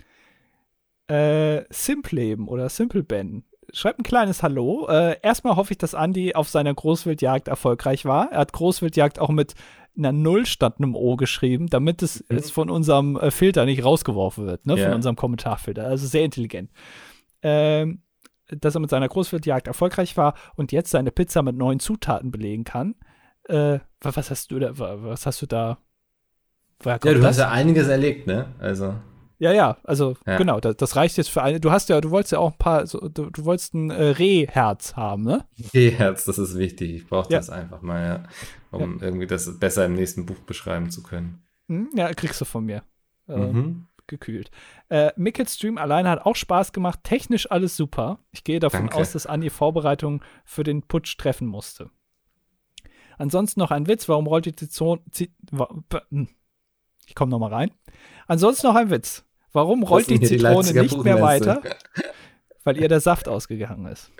Simpleben oder Simple Ben schreibt ein kleines Hallo. Erstmal hoffe ich, dass Andi auf seiner Großwildjagd erfolgreich war. Er hat Großwildjagd auch mit einer 0 statt einem O geschrieben, damit es von unserem Filter nicht rausgeworfen wird, ne? Von unserem Kommentarfilter. Also sehr intelligent. Dass er mit seiner Großwildjagd erfolgreich war und jetzt seine Pizza mit neuen Zutaten belegen kann. Was hast du da? Ja, du hast ja einiges erlegt, ne? Also. Also genau, das reicht jetzt für eine. Du wolltest ja auch ein paar, du wolltest ein Rehherz haben, ne? Rehherz, das ist wichtig. Ich brauche das einfach mal, um irgendwie das besser im nächsten Buch beschreiben zu können. Ja, kriegst du von mir. Gekühlt. Mickels Stream alleine hat auch Spaß gemacht. Technisch alles super. Ich gehe davon aus, dass Andi Vorbereitungen für den Putsch treffen musste. Ansonsten noch ein Witz. Warum rollt die Zitrone... Ich komme nochmal rein. Ansonsten noch ein Witz. Warum rollt die Zitrone nicht mehr weiter? Weil ihr der Saft ausgegangen ist.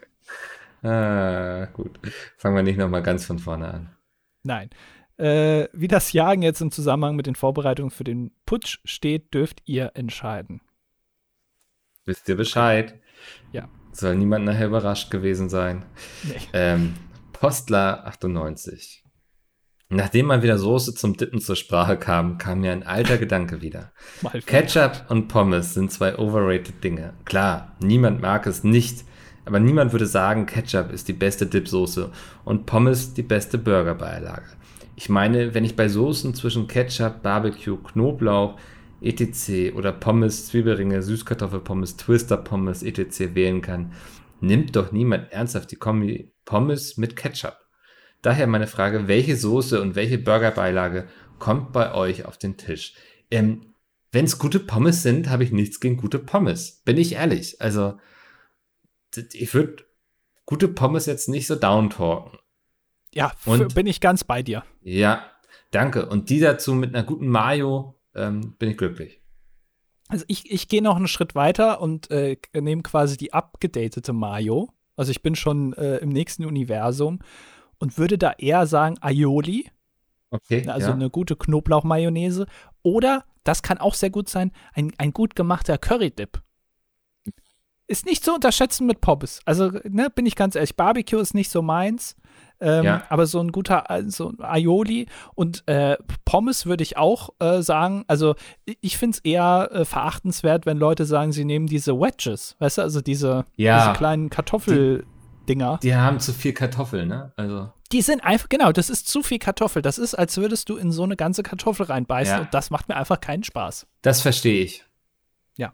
Gut. Fangen wir nicht nochmal ganz von vorne an. Nein. Wie das Jagen jetzt im Zusammenhang mit den Vorbereitungen für den Putsch steht, dürft ihr entscheiden. Wisst ihr Bescheid? Ja. Soll niemand nachher überrascht gewesen sein. Nee. Postler 98. Nachdem mal wieder Soße zum Dippen zur Sprache kam mir ein alter Gedanke wieder. Ketchup und Pommes sind zwei overrated Dinge. Klar, niemand mag es nicht, aber niemand würde sagen, Ketchup ist die beste Dipsoße und Pommes die beste Burgerbeilage. Ich meine, wenn ich bei Soßen zwischen Ketchup, Barbecue, Knoblauch, etc. oder Pommes, Zwiebelringe, Süßkartoffelpommes, Twister-Pommes, etc. wählen kann, nimmt doch niemand ernsthaft die Kombi Pommes mit Ketchup. Daher meine Frage, welche Soße und welche Burgerbeilage kommt bei euch auf den Tisch? Wenn es gute Pommes sind, habe ich nichts gegen gute Pommes. Bin ich ehrlich. Also, ich würde gute Pommes jetzt nicht so downtalken. Ja, bin ich ganz bei dir. Ja, danke. Und die dazu mit einer guten Mayo bin ich glücklich. Also ich gehe noch einen Schritt weiter und nehme quasi die abgedatete Mayo. Also ich bin schon im nächsten Universum. Und würde da eher sagen Aioli. Okay. Also eine gute Knoblauch-Mayonnaise. Oder, das kann auch sehr gut sein, ein gut gemachter Curry-Dip. Ist nicht zu unterschätzen mit Pommes. Also, ne, bin ich ganz ehrlich, Barbecue ist nicht so meins. Aber so ein guter so Aioli und Pommes würde ich auch sagen, also ich finde es eher verachtenswert, wenn Leute sagen, sie nehmen diese Wedges, weißt du, also diese kleinen Kartoffeldinger. Die haben zu viel Kartoffel, ne? Also. Die sind einfach, genau, das ist zu viel Kartoffel. Das ist, als würdest du in so eine ganze Kartoffel reinbeißen und das macht mir einfach keinen Spaß. Das verstehe ich. Ja.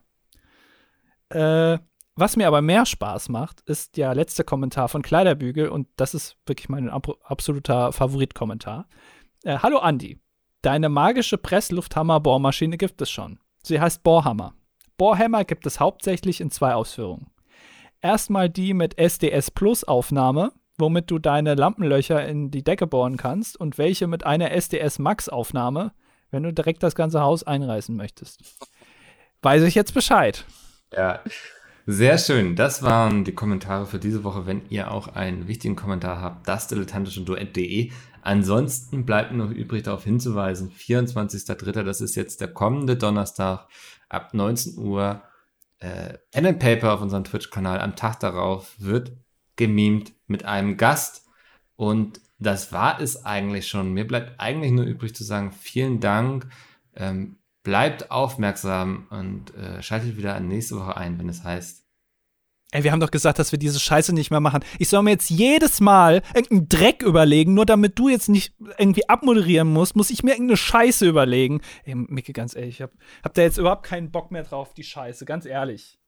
Was mir aber mehr Spaß macht, ist der letzte Kommentar von Kleiderbügel und das ist wirklich mein absoluter Favoritkommentar. Hallo Andi, deine magische Presslufthammer-Bohrmaschine gibt es schon. Sie heißt Bohrhammer. Bohrhammer gibt es hauptsächlich in 2 Ausführungen. Erstmal die mit SDS-Plus-Aufnahme, womit du deine Lampenlöcher in die Decke bohren kannst und welche mit einer SDS-Max-Aufnahme, wenn du direkt das ganze Haus einreißen möchtest. Weiß ich jetzt Bescheid. Ja, sehr schön. Das waren die Kommentare für diese Woche. Wenn ihr auch einen wichtigen Kommentar habt, dasdilettantischeduett.de. Ansonsten bleibt noch übrig, darauf hinzuweisen, 24.03., das ist jetzt der kommende Donnerstag ab 19 Uhr. Pen and Paper auf unserem Twitch-Kanal. Am Tag darauf wird gemimt mit einem Gast. Und das war es eigentlich schon. Mir bleibt eigentlich nur übrig zu sagen, vielen Dank. Bleibt aufmerksam und schaltet wieder nächste Woche ein, wenn es heißt. Ey, wir haben doch gesagt, dass wir diese Scheiße nicht mehr machen. Ich soll mir jetzt jedes Mal irgendeinen Dreck überlegen, nur damit du jetzt nicht irgendwie abmoderieren musst, muss ich mir irgendeine Scheiße überlegen. Ey, Micke, ganz ehrlich, ich hab da jetzt überhaupt keinen Bock mehr drauf, die Scheiße, ganz ehrlich.